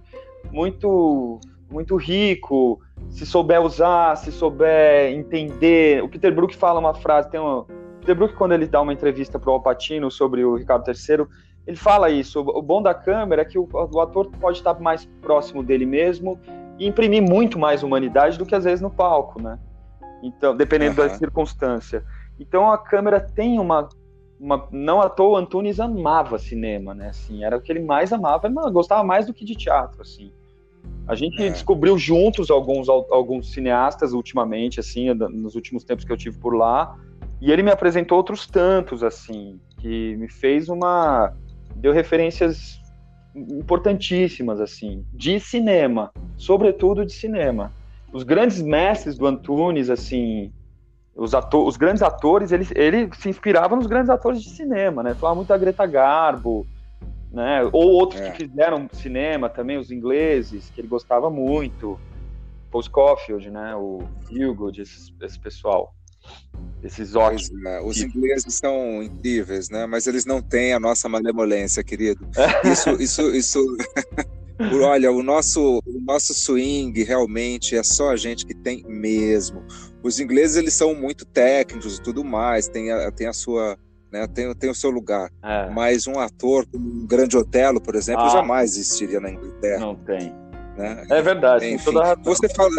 muito muito rico, se souber usar, se souber entender. O Peter Brook fala uma frase, tem uma... o Peter Brook, quando ele dá uma entrevista para o Al Pacino sobre o Ricardo terceiro, ele fala isso, o bom da câmera é que o, o ator pode estar mais próximo dele mesmo e imprimir muito mais humanidade do que às vezes no palco, né? Então, dependendo uhum. da circunstância. Então a câmera tem uma, uma... Não à toa, o Antunes amava cinema, né? Assim, era o que ele mais amava, ele gostava mais do que de teatro, assim. A gente é. descobriu juntos alguns, alguns cineastas ultimamente, assim, nos últimos tempos que eu tive por lá, e ele me apresentou outros tantos, assim, que me fez uma... deu referências importantíssimas, assim, de cinema, sobretudo de cinema. Os grandes mestres do Antunes, assim, os, ator, os grandes atores, ele, ele se inspirava nos grandes atores de cinema, né? Falava muito da Greta Garbo, né? Ou outros é. que fizeram cinema também, os ingleses, que ele gostava muito, Paul Scofield, né? O Huggold, esse, esse pessoal, esses ótimos. É, os ingleses são incríveis, né? Mas eles não têm a nossa malemolência, querido. Isso, isso, isso. Olha, o nosso, o nosso swing realmente é só a gente que tem mesmo. Os ingleses, eles são muito técnicos e tudo mais, tem a, tem a sua... Né, tem, tem o seu lugar, é. mas um ator como um Grande Otelo, por exemplo, ah, jamais existiria na Inglaterra. Não tem. Né? É verdade. Enfim, toda razão. Você fala,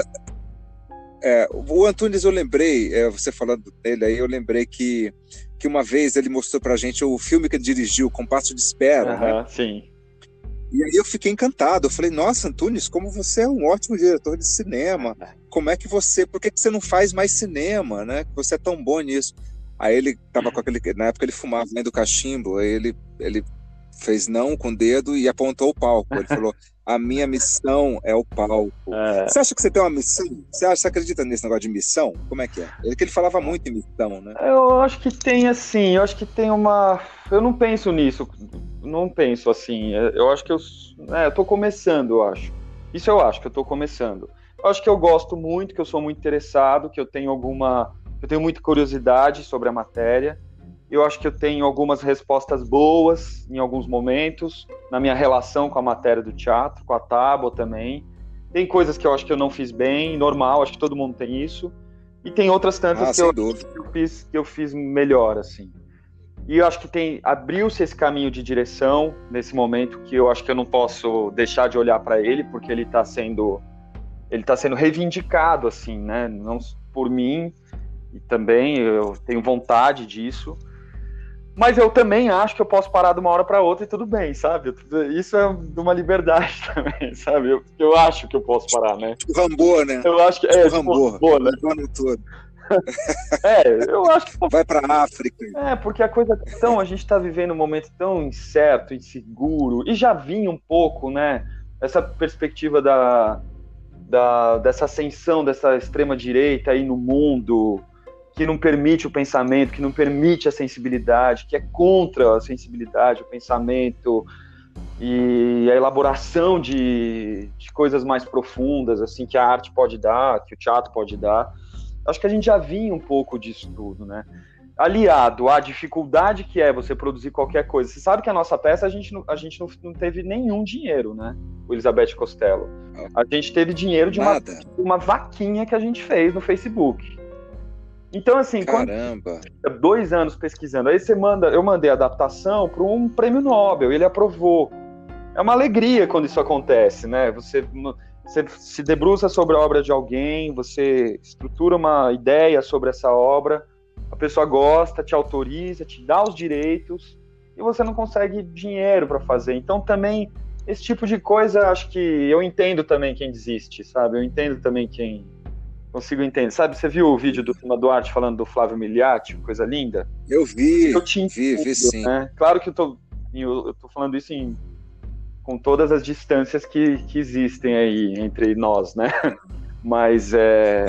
é, o Antunes, eu lembrei, é, você falando dele aí, eu lembrei que, que uma vez ele mostrou pra gente o filme que ele dirigiu, Compasso de Espera, uh-huh, né? Sim. E aí eu fiquei encantado, eu falei, nossa, Antunes, como você é um ótimo diretor de cinema, como é que você, por que, que você não faz mais cinema, né? Você é tão bom nisso. Aí ele tava com aquele... Na época ele fumava né, do cachimbo, aí ele, ele fez não com o dedo e apontou o palco. Ele falou, a minha missão é o palco. É. Você acha que você tem uma missão? Você, acha, você acredita nesse negócio de missão? Como é que é? Ele que ele falava muito em missão, né? Eu acho que tem assim, eu acho que tem uma... Eu não penso nisso, não penso assim. Eu acho que eu... É, eu tô começando, eu acho. Isso eu acho que eu tô começando. Eu acho que eu gosto muito, que eu sou muito interessado, que eu tenho alguma... Eu tenho muita curiosidade sobre a matéria. Eu acho que eu tenho algumas respostas boas em alguns momentos, na minha relação com a matéria do teatro, com a tábua também. Tem coisas que eu acho que eu não fiz bem, normal, acho que todo mundo tem isso. E tem outras tantas ah, que, eu, que, eu fiz, que eu fiz melhor, assim. E eu acho que tem abriu-se esse caminho de direção nesse momento que eu acho que eu não posso deixar de olhar para ele, porque ele está sendo, ele tá sendo reivindicado, assim, né? Não por mim, e também eu tenho vontade disso, mas eu também acho que eu posso parar de uma hora para outra e tudo bem, sabe? Isso é de uma liberdade também, sabe? Eu, eu acho que eu posso parar, né? Tipo Rambo, né? Eu acho que tipo é Rambo, Rambo, né? Todo. É, eu acho que vai para África. É, porque a coisa tão, a gente está vivendo um momento tão incerto, inseguro, e já vinha um pouco, né? Essa perspectiva da, da dessa ascensão dessa extrema direita aí no mundo, que não permite o pensamento, que não permite a sensibilidade, que é contra a sensibilidade, o pensamento e a elaboração de, de coisas mais profundas, assim, que a arte pode dar, que o teatro pode dar. Acho que a gente já vinha um pouco disso tudo, né? Aliado à dificuldade que é você produzir qualquer coisa. Você sabe que a nossa peça, a gente não, a gente não, não teve nenhum dinheiro, né? O Elizabeth Costello. A gente teve dinheiro de uma, uma vaquinha que a gente fez no Facebook. Então, assim, Caramba. Quando, dois anos pesquisando, aí você manda, eu mandei a adaptação para um prêmio Nobel, ele aprovou. É uma alegria quando isso acontece, né? Você, você se debruça sobre a obra de alguém, você estrutura uma ideia sobre essa obra, a pessoa gosta, te autoriza, te dá os direitos, e você não consegue dinheiro para fazer. Então, também, esse tipo de coisa, acho que eu entendo também quem desiste, sabe? Eu entendo também quem... Consigo entender. Sabe, você viu o vídeo do Lima Duarte falando do Flávio Miliati, coisa linda? Eu vi, eu te entendo, vi, vi sim. Né? Claro que eu tô, eu tô falando isso em, com todas as distâncias que, que existem aí entre nós, né? Mas é...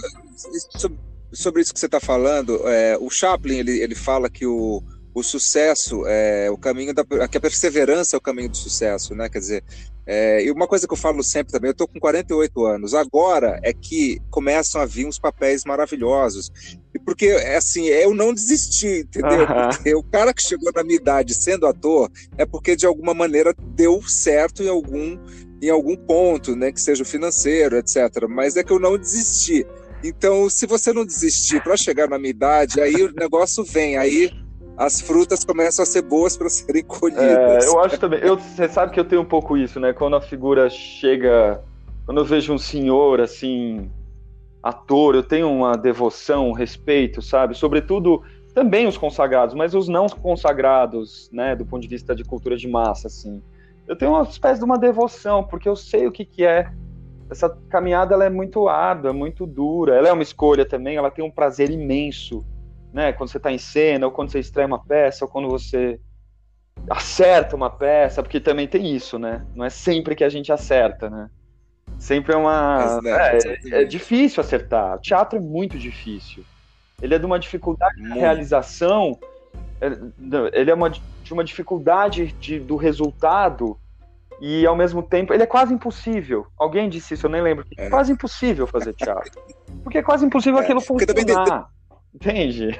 é sobre isso que você está falando, é, o Chaplin, ele, ele fala que o, o sucesso é o caminho da... que a perseverança é o caminho do sucesso, né? Quer dizer, é, e uma coisa que eu falo sempre também, eu estou com quarenta e oito anos, agora é que começam a vir uns papéis maravilhosos, e porque, assim, eu não desisti, entendeu? Uh-huh. Porque o cara que chegou na minha idade sendo ator, é porque de alguma maneira deu certo em algum, em algum ponto, né? Que seja financeiro, etcétera. Mas é que eu não desisti. Então, se você não desistir para chegar na minha idade, aí o negócio vem, aí as frutas começam a ser boas para serem colhidas. É, eu acho também, eu, você sabe que eu tenho um pouco isso, né? Quando a figura chega, quando eu vejo um senhor, assim, ator, eu tenho uma devoção, um respeito, sabe? Sobretudo, também os consagrados, mas os não consagrados, né? Do ponto de vista de cultura de massa, assim. Eu tenho uma espécie de uma devoção, porque eu sei o que que é. Essa caminhada, ela é muito árdua, muito dura, ela é uma escolha também, ela tem um prazer imenso, né? Quando você está em cena, ou quando você estreia uma peça, ou quando você acerta uma peça, porque também tem isso, né? Não é sempre que a gente acerta, né? Sempre é uma... É, é difícil acertar. O teatro é muito difícil. Ele é de uma dificuldade de realização, ele é uma, de uma dificuldade de, do resultado, e ao mesmo tempo, ele é quase impossível. Alguém disse isso, eu nem lembro. É, é quase impossível fazer teatro. Porque é quase impossível é, aquilo funcionar. Entende?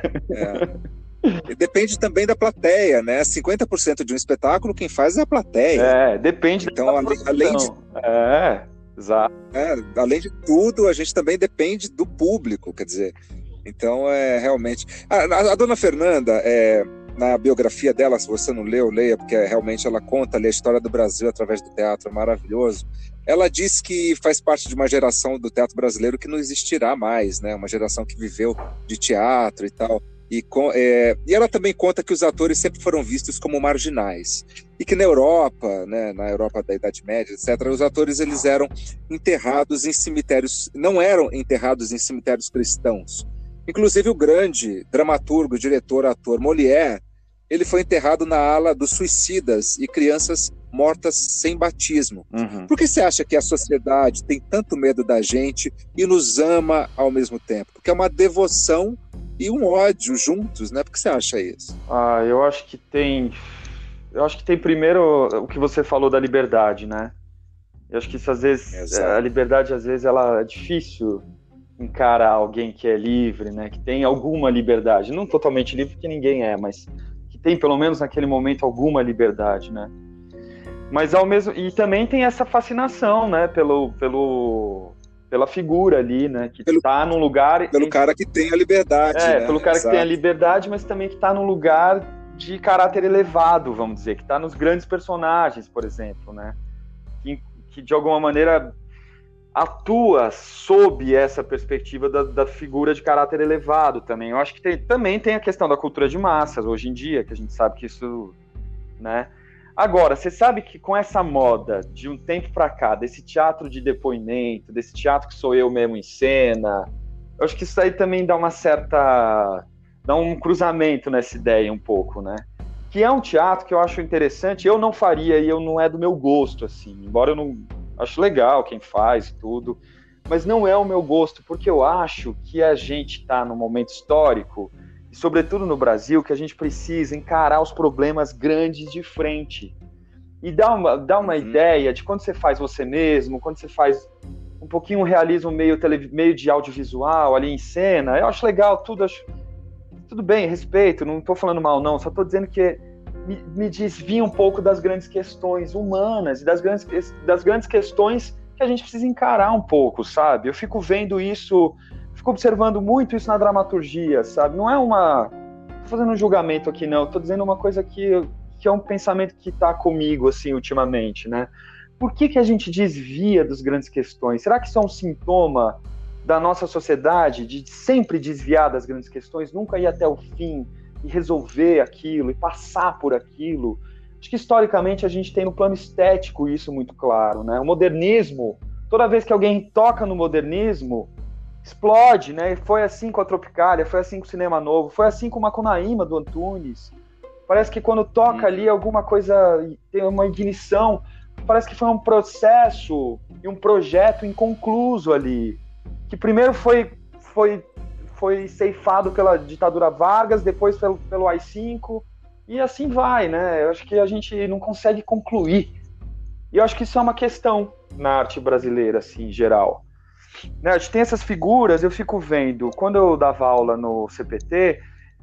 É. Depende também da plateia, né? cinquenta por cento de um espetáculo, quem faz é a plateia. É, depende então, da além, além de É, exato. É, além de tudo, a gente também depende do público, quer dizer. Então, é realmente... A, a, a dona Fernanda, é, na biografia dela, se você não leu, leia, porque realmente ela conta ali a história do Brasil através do teatro, é maravilhoso. Ela diz que faz parte de uma geração do teatro brasileiro que não existirá mais, né? Uma geração que viveu de teatro e tal. E, com, é, e ela também conta que os atores sempre foram vistos como marginais. E que na Europa, né, na Europa da Idade Média, etcétera, os atores eles eram enterrados em cemitérios, não eram enterrados em cemitérios cristãos. Inclusive o grande dramaturgo, diretor, ator Molière, ele foi enterrado na ala dos suicidas e crianças mortas sem batismo. Uhum. Por que você acha que a sociedade tem tanto medo da gente e nos ama ao mesmo tempo? Porque é uma devoção e um ódio juntos, né? Por que você acha isso? Ah, eu acho que tem... Eu acho que tem primeiro o que você falou da liberdade, né? Eu acho que isso às vezes... Exato. A liberdade, às vezes, ela é difícil encarar alguém que é livre, né? Que tem alguma liberdade. Não totalmente livre, porque ninguém é, mas... tem pelo menos naquele momento alguma liberdade, né? Mas ao mesmo e também tem essa fascinação, né, pelo pelo pela figura ali, né, que pelo, tá num lugar pelo em... cara que tem a liberdade, é, né? pelo cara Exato. Que tem a liberdade, mas também que tá num lugar de caráter elevado, vamos dizer, que tá nos grandes personagens, por exemplo, né? Que, que de alguma maneira atua sob essa perspectiva da, da figura de caráter elevado também. Eu acho que tem, também tem a questão da cultura de massas hoje em dia, que a gente sabe que isso, né? Agora, você sabe que com essa moda de um tempo pra cá, desse teatro de depoimento, desse teatro que sou eu mesmo em cena, eu acho que isso aí também dá uma certa... dá um cruzamento nessa ideia um pouco, né? Que é um teatro que eu acho interessante, eu não faria e eu não é do meu gosto, assim, embora eu não... acho legal quem faz tudo, mas não é o meu gosto, porque eu acho que a gente está num momento histórico, e sobretudo no Brasil, que a gente precisa encarar os problemas grandes de frente. E dar uma, dar uma uhum. ideia de quando você faz você mesmo, quando você faz um pouquinho um realismo meio, tele, meio de audiovisual ali em cena, eu acho legal, tudo, acho, tudo bem, respeito, não estou falando mal não, só estou dizendo que me, me desvia um pouco das grandes questões humanas e das grandes, das grandes questões que a gente precisa encarar um pouco, sabe? Eu fico vendo isso, fico observando muito isso na dramaturgia, sabe? Não é uma... Tô fazendo um julgamento aqui, não. Tô dizendo uma coisa que, que é um pensamento que tá comigo, assim, ultimamente, né? Por que que a gente desvia das grandes questões? Será que isso é um sintoma da nossa sociedade de sempre desviar das grandes questões, nunca ir até o fim e resolver aquilo, e passar por aquilo? Acho que historicamente a gente tem no plano estético isso muito claro, né? O modernismo, toda vez que alguém toca no modernismo, explode, né? Foi assim com a Tropicália, foi assim com o Cinema Novo, foi assim com o Macunaíma do Antunes. Parece que quando toca ali alguma coisa, tem uma ignição, parece que foi um processo e um projeto inconcluso ali, que primeiro foi, foi, foi ceifado pela ditadura Vargas, depois pelo, pelo A I cinco, e assim vai, né? Eu acho que a gente não consegue concluir. E eu acho que isso é uma questão na arte brasileira, assim, em geral. Né? A gente tem essas figuras, eu fico vendo, quando eu dava aula no C P T,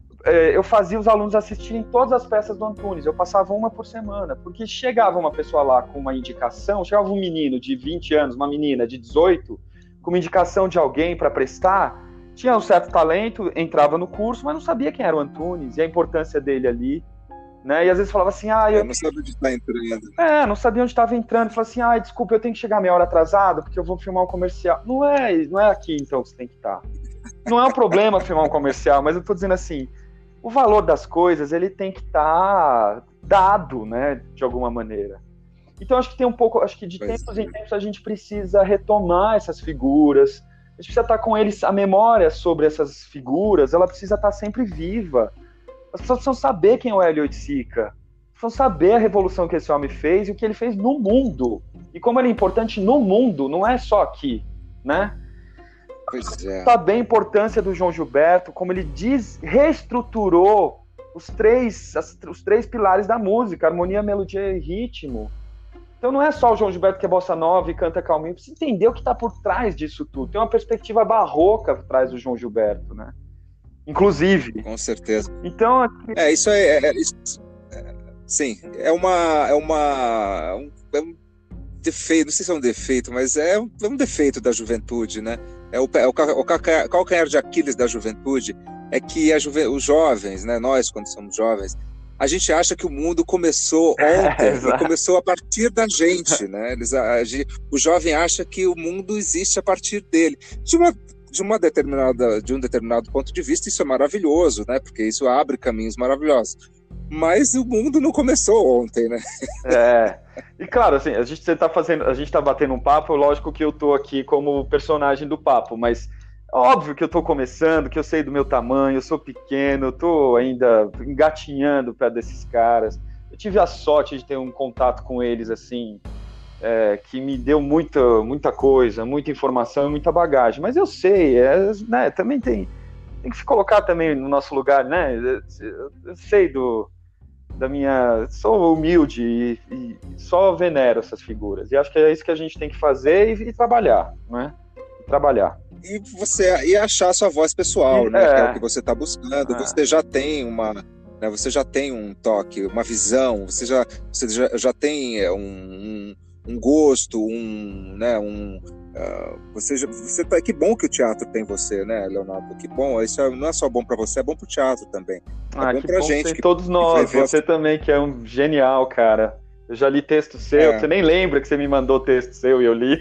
eu fazia os alunos assistirem todas as peças do Antunes, eu passava uma por semana, porque chegava uma pessoa lá com uma indicação, chegava um menino de vinte anos, uma menina de dezoito, com uma indicação de alguém para prestar, tinha um certo talento, entrava no curso, mas não sabia quem era o Antunes e a importância dele ali, né? E às vezes falava assim, ah, eu... eu não sabia onde estava entrando. É, não sabia onde estava entrando, falava assim, ah, desculpa, eu tenho que chegar meia hora atrasado, porque eu vou filmar um comercial. Não é, não é aqui, então, que você tem que estar. Não é um problema filmar um comercial, mas eu tô dizendo assim, o valor das coisas, ele tem que estar dado, né, de alguma maneira. Então, acho que tem um pouco, acho que de pois tempos é. em tempos a gente precisa retomar essas figuras, a gente precisa estar com eles, a memória sobre essas figuras, ela precisa estar sempre viva. As pessoas precisam saber quem é o Hélio Oiticica, precisam saber a revolução que esse homem fez e o que ele fez no mundo. E como ele é importante no mundo, não é só aqui, né? Pois é. Saber a importância do João Gilberto, como ele diz, reestruturou os três, as, os três pilares da música, harmonia, melodia e ritmo. Então não é só o João Gilberto que é bossa nova e canta calminho, precisa entender o que está por trás disso tudo. Tem uma perspectiva barroca por trás do João Gilberto, né? Inclusive. Com certeza. Então, é isso é, é, é, é sim, é uma é uma é um defeito, não sei se é um defeito, mas é um, é um defeito da juventude, né? É o, é o, o calcanhar de Aquiles da juventude é que a juve, os jovens, né? Nós quando somos jovens, a gente acha que o mundo começou ontem é, e começou a partir da gente, né? Eles, a, a, o jovem acha que o mundo existe a partir dele. De uma de uma determinada de um determinado ponto de vista, isso é maravilhoso, né? Porque isso abre caminhos maravilhosos. Mas o mundo não começou ontem, né? É. E claro, assim, a gente tá fazendo, a gente tá batendo um papo, lógico que eu tô aqui como personagem do papo, mas óbvio que eu tô começando, que eu sei do meu tamanho, eu sou pequeno, eu tô ainda engatinhando perto desses caras. Eu tive a sorte de ter um contato com eles, assim, é, que me deu muita, muita coisa, muita informação e muita bagagem. Mas eu sei, é, né, também tem, tem que se colocar também no nosso lugar, né? Eu, eu sei do, da minha... Sou humilde e, e só venero essas figuras. E acho que é isso que a gente tem que fazer e, e trabalhar, né? E trabalhar. E você e achar a sua voz pessoal, e, né? É. Que é o que você está buscando. É. Você já tem uma... Né, você já tem um toque, uma visão, você já, você já, já tem um... um um gosto, um, né, um, uh, você, já, você tá, que bom que o teatro tem você, né, Leonardo, que bom, isso é, não é só bom para você, é bom pro teatro também, é ah, bom que pra bom gente. Que todos nós, que você também, que é um genial, cara, eu já li texto seu, é. Você nem lembra que você me mandou texto seu e eu li.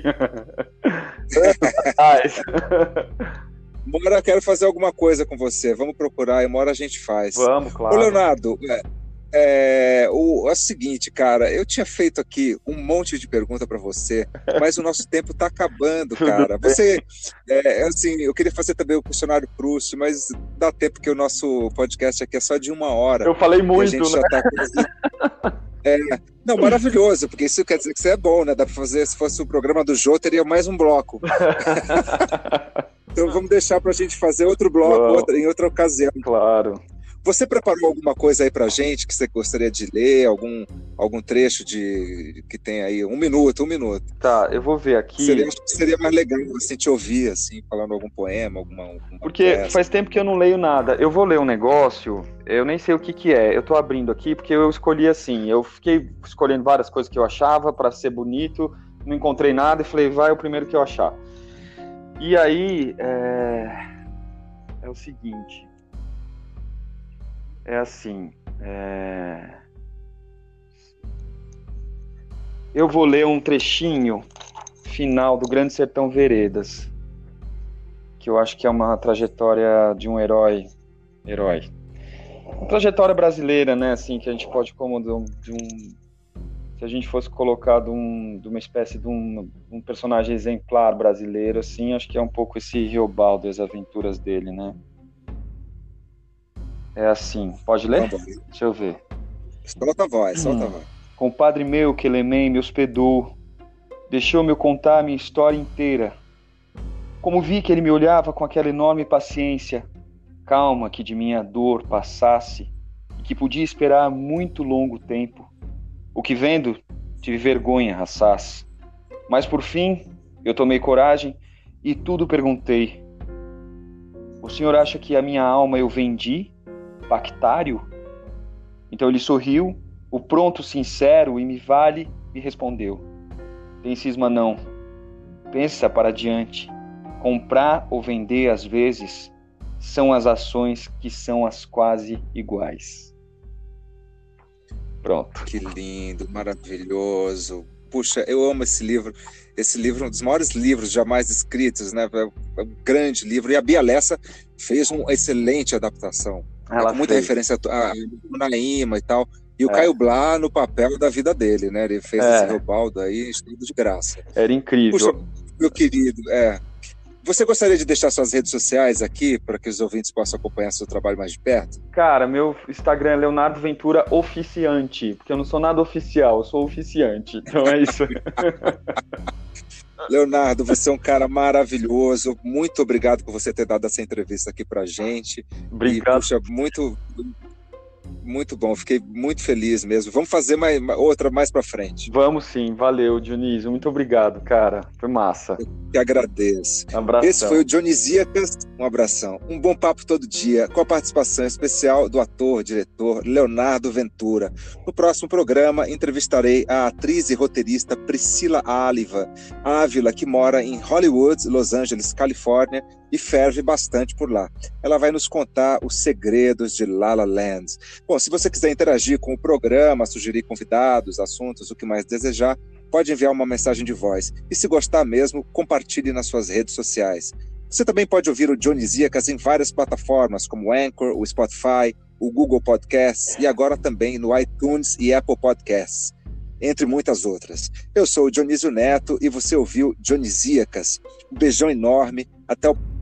Uma hora eu quero fazer alguma coisa com você, vamos procurar e uma hora a gente faz. Vamos, claro. Ô, Leonardo, é, É, o, é o seguinte, cara, eu tinha feito aqui um monte de pergunta para você, mas o nosso tempo tá acabando, cara. Você, é, assim, eu queria fazer também o questionário Proust, mas dá tempo que o nosso podcast aqui é só de uma hora. Eu falei muito, a gente né? já tá quase... É, não, maravilhoso, porque isso quer dizer que você é bom, né? Dá para fazer, se fosse o programa do Jô, teria mais um bloco. Então vamos deixar para a gente fazer outro bloco outra, em outra ocasião. Claro. Você preparou alguma coisa aí pra gente que você gostaria de ler? Algum, algum trecho de que tem aí? Um minuto, um minuto. Tá, eu vou ver aqui. Seria, acho que seria mais legal assim, te ouvir, assim, falando algum poema, alguma... alguma Porque peça. faz tempo que eu não leio nada. Eu vou ler um negócio, eu nem sei o que que é. Eu tô abrindo aqui porque eu escolhi assim. Eu fiquei escolhendo várias coisas que eu achava pra ser bonito, não encontrei nada e falei, vai o primeiro que eu achar. E aí, é, é o seguinte... É assim, é... eu vou ler um trechinho final do Grande Sertão Veredas, que eu acho que é uma trajetória de um herói, herói, uma trajetória brasileira, né, assim, que a gente pode como de um, de um se a gente fosse colocar de, um, de uma espécie de um, um personagem exemplar brasileiro, assim, acho que é um pouco esse Riobaldo, as aventuras dele, né. É assim, pode ler? Tá bom. Deixa eu ver. Solta a voz, solta a voz. Compadre meu que Elemém me hospedou, deixou-me eu contar a minha história inteira. Como vi que ele me olhava com aquela enorme paciência, calma que de minha dor passasse, e que podia esperar muito longo tempo. O que vendo, tive vergonha, assaz. Mas por fim, eu tomei coragem e tudo perguntei. O senhor acha que a minha alma eu vendi? Pactário? Então ele sorriu, o pronto sincero e me vale, me respondeu. Tem cisma não, pensa para diante, comprar ou vender às vezes são as ações que são as quase iguais. Pronto. Que lindo, maravilhoso. Puxa, eu amo esse livro. Esse livro é um dos maiores livros jamais escritos, né? É um grande livro. E a Bia Lessa fez uma excelente adaptação. Ela com muita fez. referência a Naíma e tal. E o É. Caio Blá no papel da vida dele, né? Ele fez É. esse Riobaldo aí, estudo de graça. Era incrível. Puxa, meu querido, é. Você gostaria de deixar suas redes sociais aqui para que os ouvintes possam acompanhar seu trabalho mais de perto? Cara, meu Instagram é Leonardo Ventura Oficiante, porque eu não sou nada oficial, eu sou oficiante, então é isso. Leonardo, você é um cara maravilhoso. Muito obrigado por você ter dado essa entrevista aqui pra gente. Obrigado. E, puxa, muito, muito bom. Fiquei muito feliz mesmo. Vamos fazer mais, outra mais pra frente. Vamos sim, valeu, Dionísio. Muito obrigado, cara. Foi massa. Eu que agradeço. Um abração. Esse foi o Dionisíacas. Um abração. Um bom papo todo dia, com a participação especial do ator, diretor Leonardo Ventura. No próximo programa, entrevistarei a atriz e roteirista Priscila Áliva, Ávila, que mora em Hollywood, Los Angeles, Califórnia, e ferve bastante por lá. Ela vai nos contar os segredos de La La Land. Bom, se você quiser interagir com o programa, sugerir convidados, assuntos, o que mais desejar, pode enviar uma mensagem de voz. E se gostar mesmo, compartilhe nas suas redes sociais. Você também pode ouvir o Dionisíacas em várias plataformas, como o Anchor, o Spotify, o Google Podcasts e agora também no iTunes e Apple Podcasts, entre muitas outras. Eu sou o Dionísio Neto e você ouviu Dionisíacas. Um beijão enorme, até o